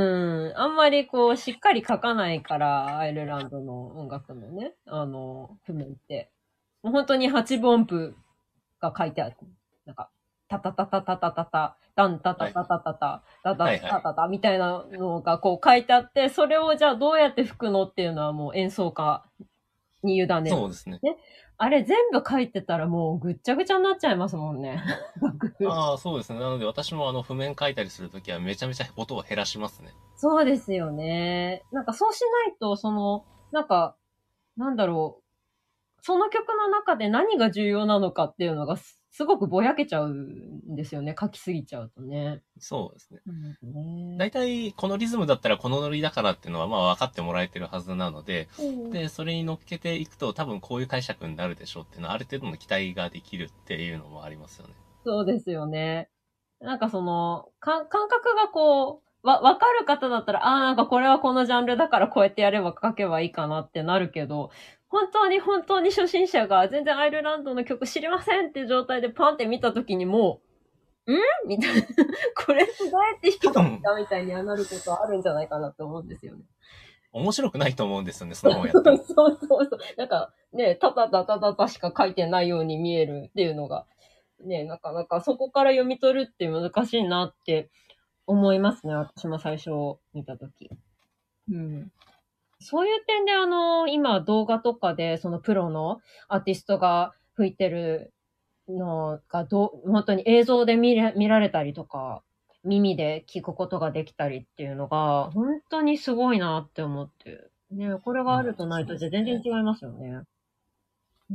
あんまりこう、しっかり書かないから、アイルランドの音楽のね、あの、譜面って。もう本当にはちぶ音符が書いてある。なんか、タタタタタタタタ、タンタタはい。 タタタタ、タタはいはい。 タタタみたいなのがこう書いてあって、それをじゃあどうやって吹くのっていうのはもう演奏家に委ねる。 そうですね。 ね。あれ全部書いてたらもうぐっちゃぐちゃになっちゃいますもんね。楽譜。 ああ、そうですね。なので私もあの譜面書いたりするときはめちゃめちゃ音を減らしますね。 そうですよね。なんかそうしないと、その、なんか、なんだろう。その曲の中で何が重要なのかっていうのがすすごくぼやけちゃうんですよね。書きすぎちゃうとね。 そうですね。 うんね。 大体このリズムだったらこのノリだからっていうのはまあ分かってもらえてるはずなので、 うん。 で、それに乗っけていくと多分こういう解釈になるでしょうっていうのはある程度の期待ができるっていうのもありますよね。 そうですよね。なんかその、か感覚がこう、わ、わかる方だったら、ああ、なんかこれはこのジャンルだからこうやってやれば書けばいいかなってなるけど、本当に本当に初心者が全然アイルランドの曲知りませんっていう状態でパンって見た時にもう、んみたいな。これどうやって弾き込ん多分だみたいにはなることあるんじゃないかなって思うんですよね。 面白くないと思うんですよね、そのままやっても。 そうそうそう。なんかね、ただただただしか書いてないように見えるっていうのが、ね、なかなかそこから読み取るって難しいなって思いますね。私も最初見たとき。うん。そういう点であの、今動画とかでそのプロのアーティストが吹いてるのがどう、本当に映像で見れ、見られたりとか、耳で聞くことができたりっていうのが、本当にすごいなって思って。ね、これがあるうん、 とないそうとじゃ全然ですね。 違いますよね。うんうん、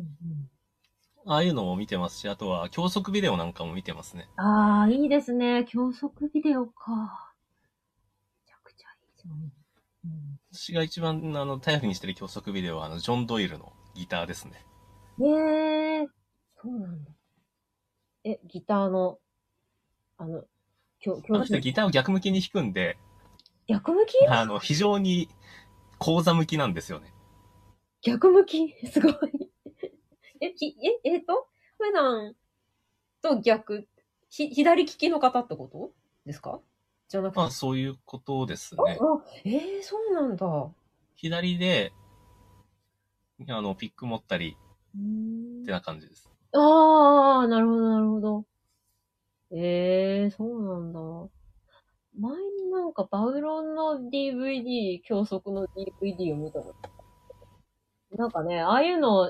ああいうのも見てますし、あとは教則ビデオなんかも見てますね。 ああ、いいですね。教則ビデオか。めちゃくちゃいいですよね。 私が一番あの頼りにしてる教則ビデオはあのジョン・ドイルのギターですね。 うん、ええー、そうなんだ。え、ギターの、あの、教、教習、 あの人ギターを逆向きに弾くんで、 逆向きあの、非常に講座向きなんですよね。 逆向きすごい。え、ひ、え、えっと、普段と逆、ひ、左利きの方ってことですかじゃなくて。 まあ、そういうことですあ、 ね。 あ、ええー、そうなんだ。う左で、あの、ピック持ったりーん、 ってな感じです。 ああ、なるほど、なるほど。ええー、そうなんだ。前になんかバウロンの ディーブイディー、教則の ディーブイディー を見たこと。なんかね、ああいうのって、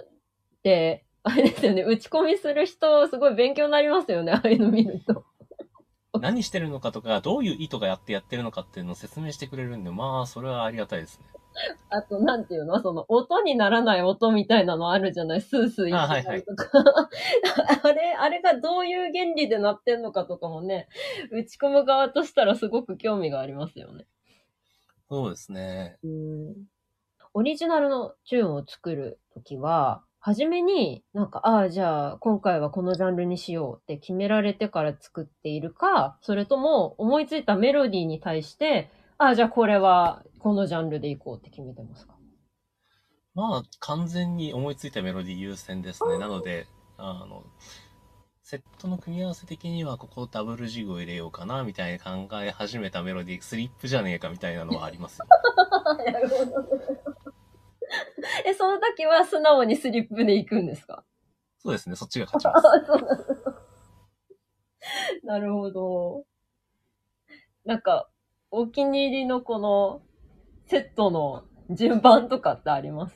あれですよね、打ち込みする人、すごい勉強になりますよね、ああいうの見ると。 何してるのかとか、どういう意図がやってやってるのかっていうのを説明してくれるんで、まあ、それはありがたいですね。 あと、なんていうのその、音にならない音みたいなのあるじゃないスースー言っああ、 てはいはい。 たりとか。あれ、あれがどういう原理で鳴ってんのかとかもね、打ち込む側としたらすごく興味がありますよね。 そうですね。 うん。オリジナルのチューンを作るときは、はじめになんか、ああ、じゃあ今回はこのジャンルにしようって決められてから作っているか、それとも思いついたメロディーに対して、ああ、じゃあこれはこのジャンルでいこうって決めてますか？ まあ、完全に思いついたメロディー優先ですね。なので、あの、 セットの組み合わせ的にはここダブルジグを入れようかなみたいな考え始めたメロディースリップじゃねえかみたいなのはありますよ。 なるほどね。え、その時は素直にスリップで行くんですか？ そうですね、そっちが勝ちます。 そうなんだ。なるほど。なんか、お気に入りのこのセットの順番とかってあります？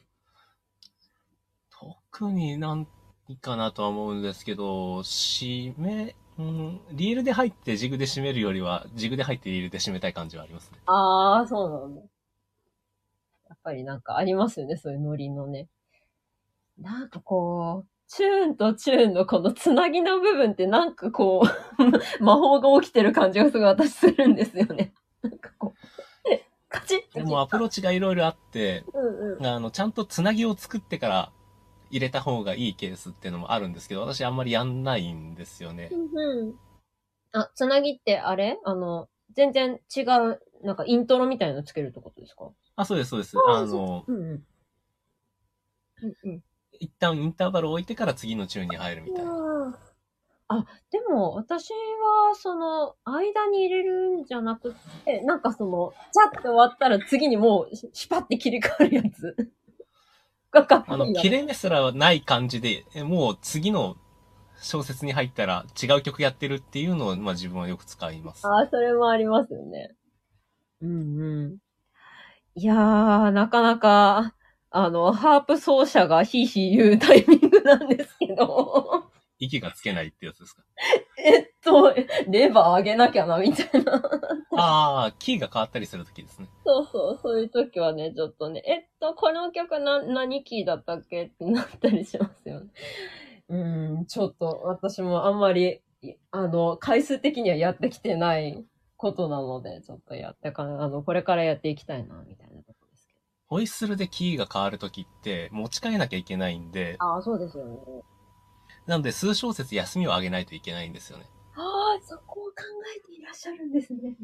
特になんかなとは思うんですけど、締め、うん、リールで入ってジグで締めるよりは、ジグで入ってリールで締めたい感じはありますね。 ああ、そうなんだ。やっぱりなんかありますよね、そういうノリのね。なんかこう、チューンとチューンのこのつなぎの部分ってなんかこう、魔法が起きてる感じがすごい私するんですよね。なんかこう、カチッてでもアプローチがいろいろあって、 うんうん。 あの、ちゃんとつなぎを作ってから入れた方がいいケースっていうのもあるんですけど、私あんまりやんないんですよね。 うんうん。あ、つなぎってあれあの、全然違う、なんかイントロみたいなのつけるってことですか？ あ、そうです、そうです。 ああ、そう。 あの、 うんうん。うんうん。 一旦インターバルを置いてから次のチューンに入るみたいな。 あ、でも、私は、その、間に入れるんじゃなくて、なんかその、チャッて終わったら次にもう、シシュパって切り替わるやつがかっあの、 こいいな。 切れ目すらない感じで、もう次の小説に入ったら違う曲やってるっていうのを、まあ自分はよく使います。 ああ、それもありますよね。うんうん。いやー、なかなか、あの、ハープ奏者がヒーヒー言うタイミングなんですけど、 息がつけないってやつですか。 えっと、レバー上げなきゃな、みたいな。 ああ、キーが変わったりするときですね。 そうそう、そういう時はね、ちょっとね、えっと、この曲な、何キーだったっけってなったりしますよね。うん、ちょっと私もあんまり、いあの、回数的にはやってきてないことなので、ちょっとやってかな、あの、これからやっていきたいな、みたいなところですけど。 ホイッスルでキーが変わるときって持ち替えなきゃいけないんで、 ああ、そうですよね。 なので数小節休みを上げないといけないんですよね。 ああ、そこを考えていらっしゃるんですね。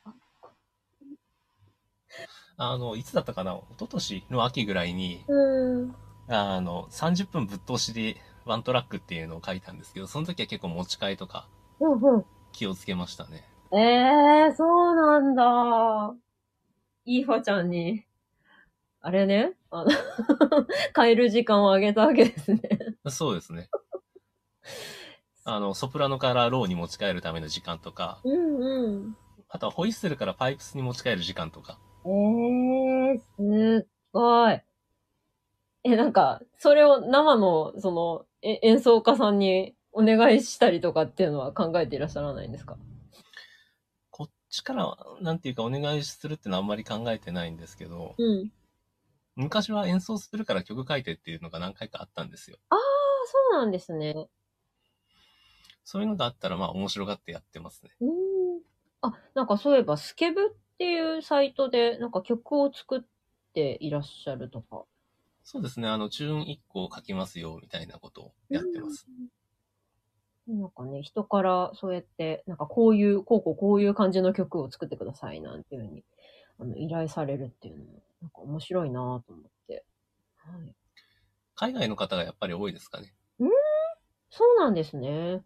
あの、いつだったかな、一昨年の秋ぐらいに、 うん。 あの、さんじゅっぷんぶっ通しでワントラックっていうのを書いたんですけど、その時は結構持ち替えとかうんう気をつけましたね。 ん。ええー、そうなんだ。いいファちゃんに、あれね、あの変える時間をあげたわけですね。 そうですね。あの、ソプラノからローに持ち替えるための時間とか、 うんうん。 あとはホイッスルからパイプスに持ち替える時間とか。 ええー、すっごい。え、なんか、それを生の、その、え演奏家さんにお願いしたりとかっていうのは考えていらっしゃらないんですか？ こっちから、なんていうかお願いするってのはあんまり考えてないんですけど、 うん。 昔は演奏するから曲書いてっていうのが何回かあったんですよ。 ああ、そうなんですね。 そういうのがあったらまあ面白がってやってますね。 うーん。あ、なんかそういえば、スケブっていうサイトで、なんか曲を作っていらっしゃるとか。 そうですね。あの、チューンいっこ書きますよ、みたいなことをやってます。 うん。なんかね、人からそうやって、なんかこういう、こうこうこういう感じの曲を作ってくださいなんていうふうに、あの、依頼されるっていうのも、なんか面白いなぁと思って。はい。 海外の方がやっぱり多いですかね。 うん、そうなんですね。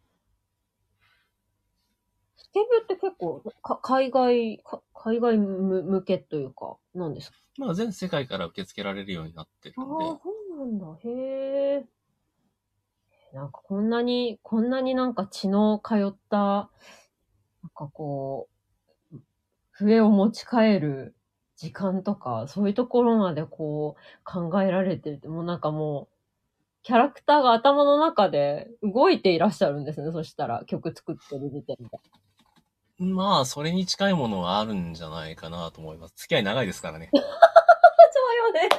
スケブって結構、か海外、か海外む向けというか、なんですか？ まあ全世界から受け付けられるようになってああ、 るんで、 そうなんだ。へえ。なんかこんなに、こんなになんか血の通った、なんかこう、笛を持ち帰る時間とか、そういうところまでこう考えられてるって、もうなんかもう、キャラクターが頭の中で動いていらっしゃるんですね。そしたら曲作ってる時点で。 まあそれに近いものはあるんじゃないかなと思います。付き合い長いですからね。 そうよね。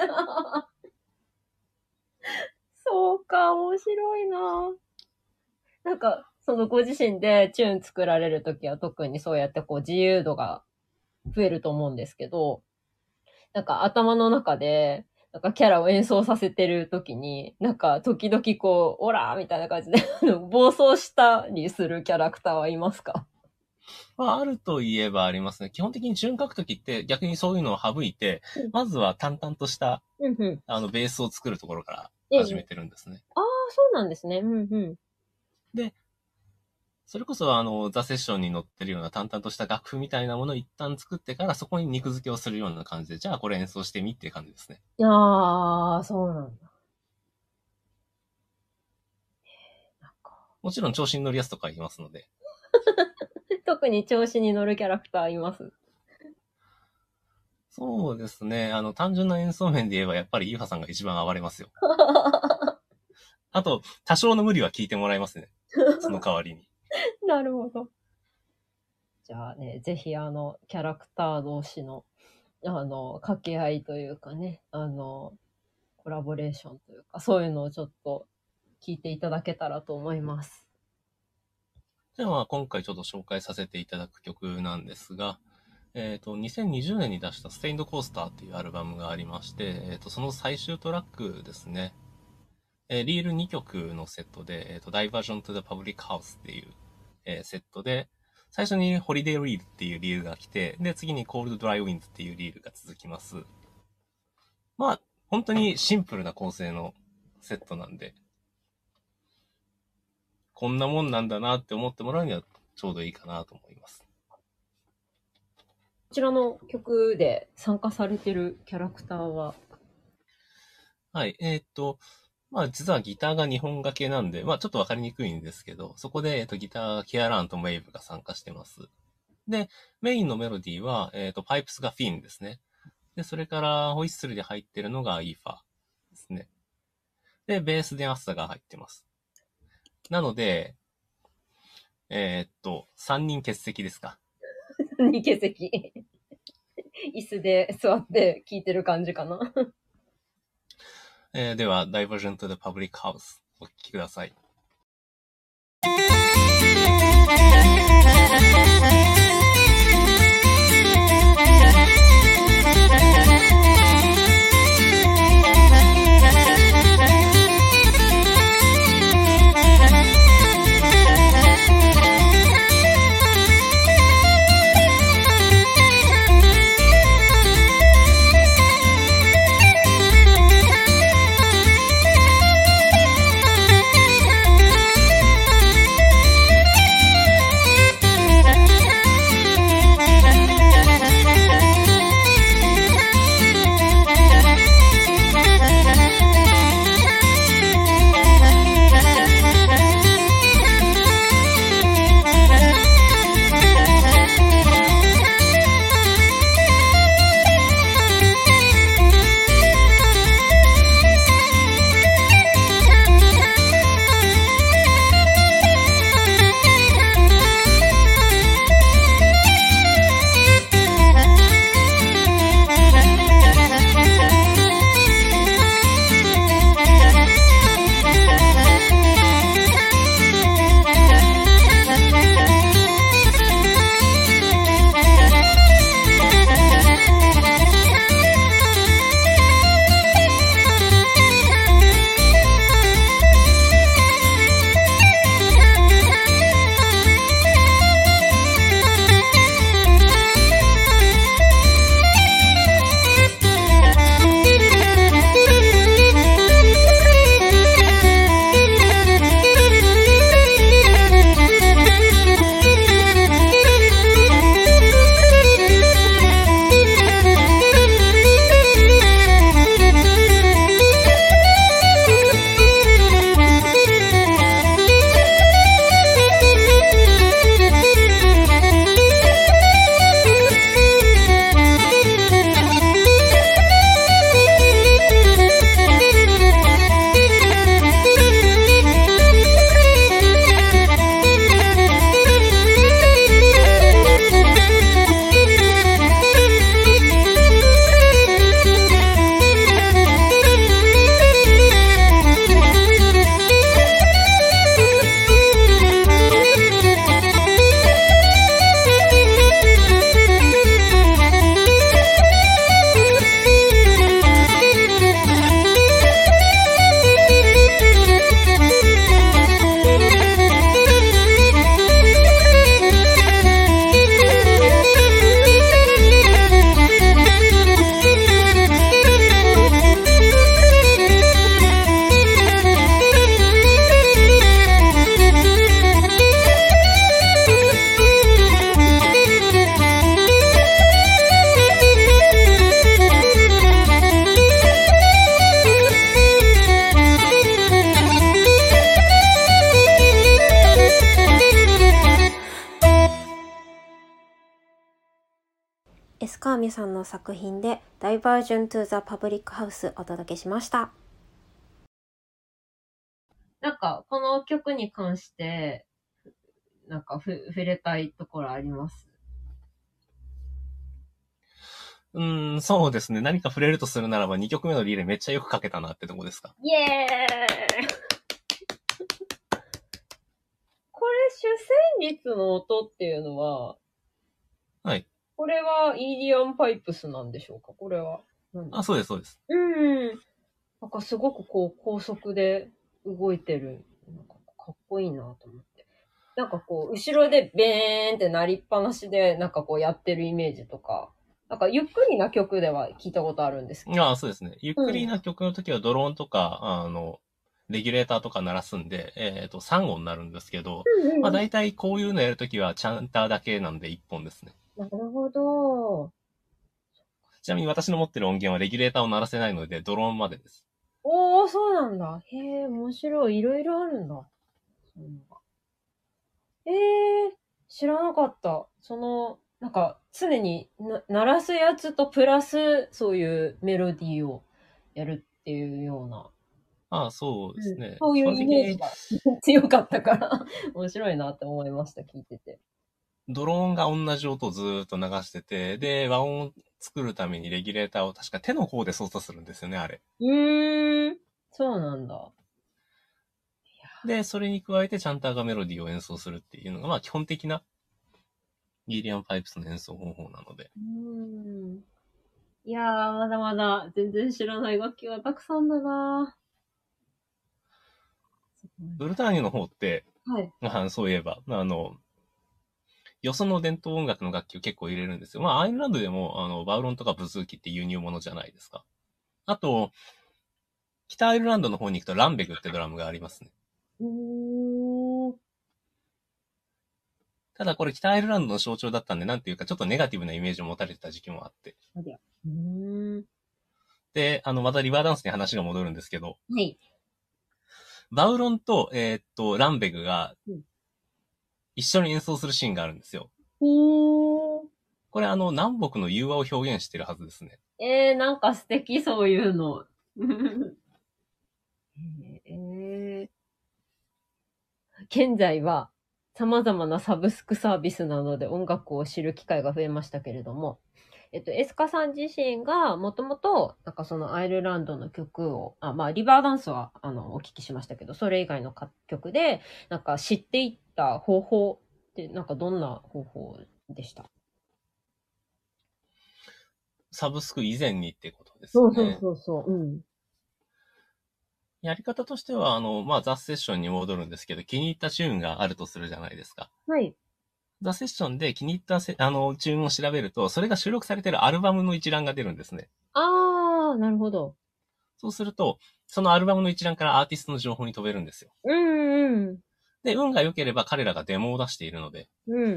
そうか、面白いな。なんか、そのご自身でチューン作られるときは特にそうやってこう自由度が増えると思うんですけど、なんか頭の中で、なんかキャラを演奏させてるときに、なんか時々こう、オラーみたいな感じであの暴走したりするキャラクターはいますか？ まああると言えばありますね。基本的にチューン書くときって逆にそういうのを省いて、 うん、 まずは淡々としたうん、うん。 あのベースを作るところからええ。 始めてるんですね。 ああ、そうなんですね。うん、うん。 で、それこそあの、ザ・セッションに載ってるような淡々とした楽譜みたいなものを一旦作ってからそこに肉付けをするような感じで、じゃあこれ演奏してみっていう感じですね。 ああ、そうなんだ。なんかもちろん調子に乗るやつとかいますので。 特に調子に乗るキャラクターいます？ そうですね。あの、単純な演奏面で言えばやっぱりユーファさんが一番暴れますよ。あと、多少の無理は聞いてもらいますね。その代わりに。 なるほど。じゃあね、ぜひあの、キャラクター同士の、あの、掛け合いというかね、あの、コラボレーションというか、そういうのをちょっと聞いていただけたらと思います。 じゃあまあ今回ちょっと紹介させていただく曲なんですが、えっと、にせんにじゅうねんに出したステインドコースターっていうアルバムがありまして、えっと、その最終トラックですね。えー、リールにきょくのセットで、えっと、Diversion to the Public House っていう、えー、セットで、最初に Holiday Reel っていうリールが来て、で、次に Cold Dry Winds っていうリールが続きます。まあ、本当にシンプルな構成のセットなんで、こんなもんなんだなって思ってもらうにはちょうどいいかなと思います。 こちらの曲で参加されてるキャラクターは？ はい、えー、っと、まあ実はギターがにほん掛けなんで、まあちょっとわかりにくいんですけど、そこで、えー、っとギター、キアラーンとメイブが参加してます。で、メインのメロディーは、えー、っと、パイプスがフィンですね。で、それからホイッスルで入ってるのがイーファーですね。で、ベースでアッサが入ってます。なので、えー、っと、さんにん欠席ですか。 さんにん欠席。椅子で座って聴いてる感じかな。 えー、では、Diversion to the Public House お聴きください。 エスカーミさんの作品で Diversion to the Public House お届けしました。 なんか、この曲に関して、なんかふ触れたいところあります？ うーん、そうですね。何か触れるとするならばにきょくめのリレーめっちゃよく書けたなってとこですか。 イエーイこれ主旋律の音っていうのは、 はい。 これはイーディアンパイプスなんでしょうか？これは。 あ、そうです、そうです。 うん。なんかすごくこう高速で動いてる。なんかかっこいいなと思って。なんかこう、後ろでベーンって鳴りっぱなしで、なんかこうやってるイメージとか、なんかゆっくりな曲では聞いたことあるんですけど。 ああ、そうですね。ゆっくりな曲の時はドローンとか、あの、レギュレーターとか鳴らすんで、えっと、さん音になるんですけど、 うんうん、 まあ大体こういうのやるときはチャンターだけなんでいっぽんですね。 なるほど。 ちなみに私の持ってる音源はレギュレーターを鳴らせないので、ドローンまでです。 おー、そうなんだ。へえ、面白い。いろいろあるんだ。そういうのがえー、知らなかった。その、なんか、常にな鳴らすやつとプラス、そういうメロディーをやるっていうような。 ああ、そうでうん、 すね。 そういう基本的にイメージが強かったから面白いなって思いました、聞いてて。 ドローンが同じ音をずーっと流してて、で、和音を作るためにレギュレーターを確か手の方で操作するんですよね、あれ。 うーん、そうなんだ。 で、それに加えてチャンターがメロディーを演奏するっていうのが、まあ基本的なイーリアンパイプスの演奏方法なので。 うーん。いやー、まだまだ全然知らない楽器がたくさんだなブルターニュの方って、 はい。 まあ、そういえば、あの、よその伝統音楽の楽器を結構入れるんですよ。まあ、アイルランドでも、あの、バウロンとかブズーキって輸入物じゃないですか。あと、北アイルランドの方に行くとランベグってドラムがありますね。 うーん。 ただこれ北アイルランドの象徴だったんで、なんていうかちょっとネガティブなイメージを持たれてた時期もあって。 うーん。 で、あの、またリバーダンスに話が戻るんですけど、 はい。 バウロンと、えーっと、ランベグがうん一緒に演奏するシーンがあるんですよ。 ほー。 これあの、南北の融和を表現してるはずですね。 えー、なんか素敵、そういうの。えー、現在は様々なサブスクサービスなどで音楽を知る機会が増えましたけれども、えっと、エスカさん自身がもともと、なんかそのアイルランドの曲を、あ、まあ、リバーダンスは、あの、お聞きしましたけど、それ以外の曲で、なんか知っていった方法って、なんかどんな方法でした？ サブスク以前にってことですそうそうよね。 そうそう。うん。 やり方としては、あの、まあ、ザ・セッションに戻るんですけど、気に入ったチューンがあるとするじゃないですか。 はい。 ザ・セッションで気に入ったせあの、チューンを調べると、それが収録されているアルバムの一覧が出るんですね。 あー、なるほど。 そうすると、そのアルバムの一覧からアーティストの情報に飛べるんですよ。 うんうん。 で、運が良ければ彼らがデモを出しているので、 うん。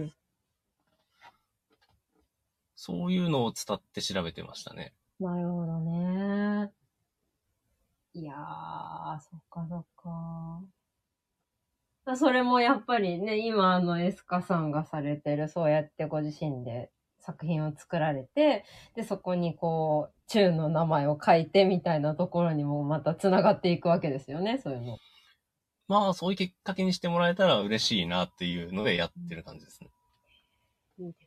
そういうのを伝って調べてましたね。 なるほどね。いやー、そっかそっか。それもやっぱりね、今あのエスカさんがされてる、そうやってご自身で作品を作られて、で、そこにこう、チューンの名前を書いてみたいなところにもまた繋がっていくわけですよね、そういうの。 まあ、そういうきっかけにしてもらえたら嬉しいなっていうのでやってる感じですね。 いいです。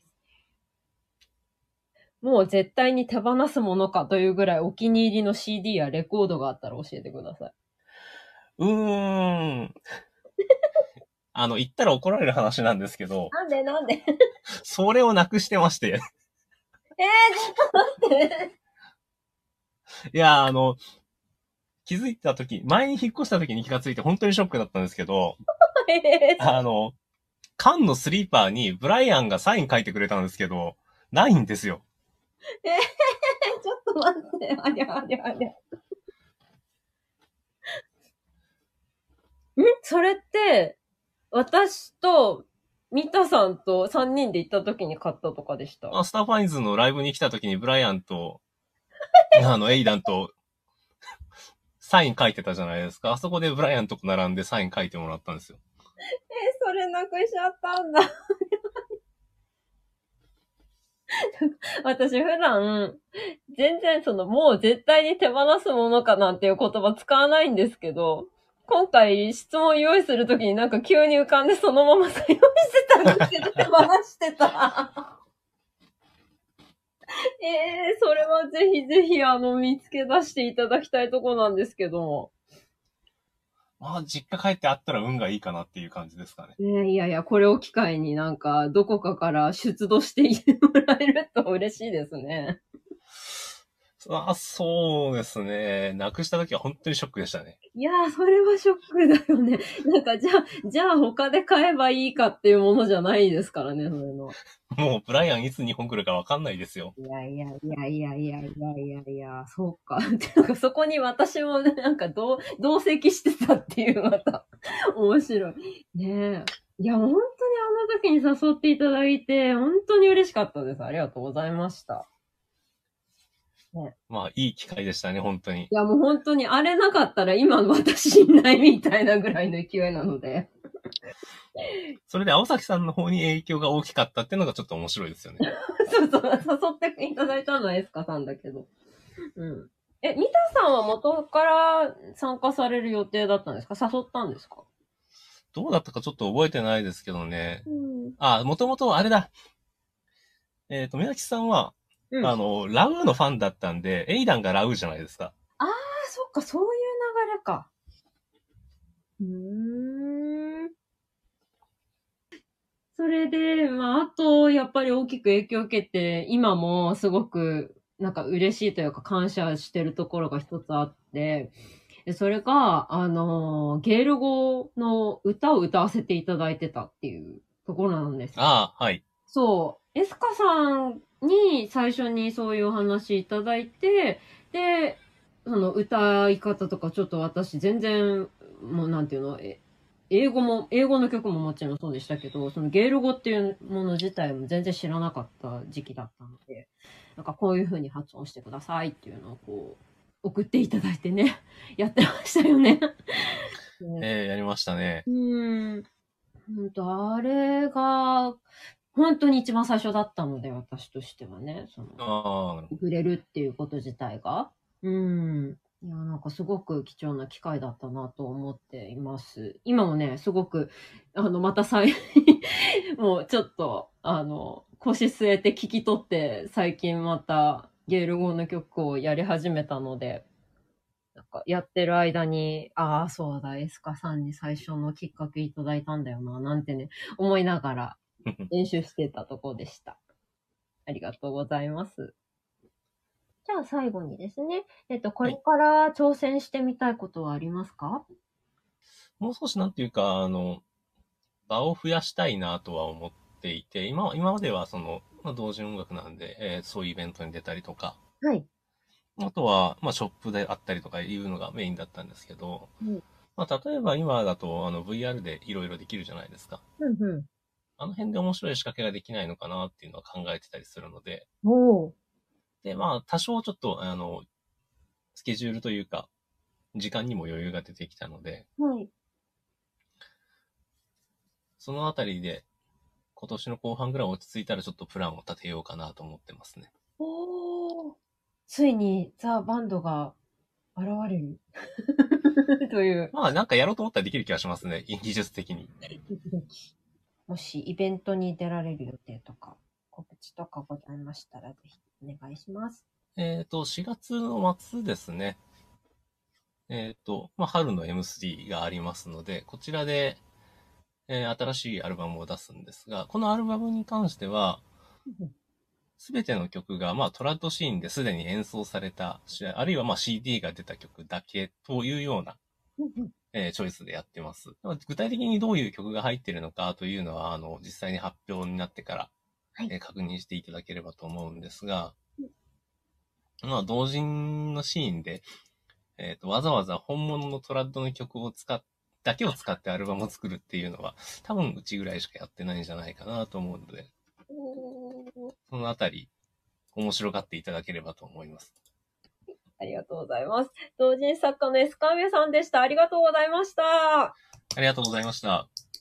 もう絶対に手放すものかというぐらいお気に入りの シーディー やレコードがあったら教えてください。 うーん。あの、言ったら怒られる話なんですけど、 なんでなんでそれをなくしてまして。 えー、ちょっと待って。 いや、あの、気づいたとき、前に引っ越したときに気がついて本当にショックだったんですけど、 えー、 あの、缶のスリーパーにブライアンがサイン書いてくれたんですけど、ないんですよ。 えー、ちょっと待って。ありゃありゃありゃ。んそれって、私と、ミタさんとさんにんで行った時に買ったとかでした。 あスターファインズのライブに来たときにブライアンと、あの、エイダンと、サイン書いてたじゃないですか。あそこでブライアンと並んでサイン書いてもらったんですよ。 え、それなくしちゃったんだ。 私普段、全然その、もう絶対に手放すものかなんていう言葉使わないんですけど、今回質問用意するときになんか急に浮かんでそのまま採用してたんですけど、手放してた。ええー、それはぜひぜひあの、見つけ出していただきたいとこなんですけども。 まあ、実家帰ってあったら運がいいかなっていう感じですかね。 ね、いやいや、これを機会になんか、どこかから出土していてもらえると嬉しいですね。 あ、そうですね。なくした時は本当にショックでしたね。 いやー、それはショックだよね。なんか、じゃあ、じゃあ他で買えばいいかっていうものじゃないですからね、そういうの。 もう、ブライアンいつ日本来るかわかんないですよ。 いやいやいやいやいやいやいやいや、そうか。なんかそこに私もね、なんか同、同席してたっていう、また、面白い。ねえ。いや、本当にあの時に誘っていただいて、本当に嬉しかったです。ありがとうございました。ね、 まあ、いい機会でしたね、本当に。 いや、もう本当にあれなかったら今の私いないみたいなぐらいの勢いなので。 それで青崎さんの方に影響が大きかったっていうのがちょっと面白いですよね。 そうそう、誘っていただいたのはエスカさんだけど。うん。え、ミタさんは元から参加される予定だったんですか？誘ったんですか？ どうだったかちょっと覚えてないですけどね。 うん。 あ、もともとあれだ。えっと、宮崎さんは、 うん。 あの、ラウーのファンだったんで、エイダンがラウーじゃないですか。 ああ、そっか、そういう流れか。うーん。それで、まあ、あと、やっぱり大きく影響を受けて、今もすごく、なんか嬉しいというか感謝してるところが一つあって、でそれが、あの、ゲール語の歌を歌わせていただいてたっていうところなんですよ。 ああ、はい。 そう。エスカさんに最初にそういうお話いただいて、で、その歌い方とかちょっと私全然、もうなんていうの、え英語も、英語の曲ももちろんそうでしたけど、そのゲール語っていうもの自体も全然知らなかった時期だったので、なんかこういう風に発音してくださいっていうのをこう、送っていただいてね、やってましたよね。ねえー、やりましたね。 うーん。ほんと、あれが、本当に一番最初だったので、私としてはね、その、 ああ、 触れるっていうこと自体が。うん。いや、なんかすごく貴重な機会だったなと思っています。今もね、すごく、あの、またさい、もうちょっと、あの、腰据えて聞き取って、最近またゲール語の曲をやり始めたので、なんかやってる間に、ああ、そうだ、エスカさんに最初のきっかけいただいたんだよな、なんてね、思いながら練習してたとこでした。ありがとうございます。じゃあ最後にですね、えっと、これから挑戦してみたいことはありますか？ もう少しなんていうか、あの、場を増やしたいなとは思っていて、今は、今まではその、まあ、同時音楽なんで、えーそういうイベントに出たりとか、 はい。 あとは、まあ、ショップであったりとかいうのがメインだったんですけど、 うん、 まあ、例えば今だと、あの、ブイアール でいろいろできるじゃないですか。 うん、うあの辺で面白い仕掛けができないのかなっていうのは考えてたりするので、 ん。おー。 で、まあ、多少ちょっと、あの、スケジュールというか、時間にも余裕が出てきたので、 はい。 そのあたりで、今年の後半ぐらい落ち着いたらちょっとプランを立てようかなと思ってますね。 おー。ついにザ・バンドが現れるという。 まあ、なんかやろうと思ったらできる気がしますね。技術的に。 ドキドキ。もしイベントに出られる予定とか、告知とかございましたら、ぜひお願いします。 えっと、しがつの末ですね。えっと、まあ、春の エムスリー がありますので、こちらで、えー新しいアルバムを出すんですが、このアルバムに関しては、すべての曲が、まあ、トラッドシーンですでに演奏された、あるいはまあ シーディー が出た曲だけというような、えーチョイスでやってます。具体的にどういう曲が入っているのかというのは、あの、実際に発表になってから、 はいえー確認していただければと思うんですが、まあ、同人のシーンで、えっと、わざわざ本物のトラッドの曲を使っ、だけを使ってアルバムを作るっていうのは、多分うちぐらいしかやってないんじゃないかなと思うので、そのあたり、面白がっていただければと思います。 ありがとうございます。同人作家のエスカーメさんでした。ありがとうございました。 ありがとうございました。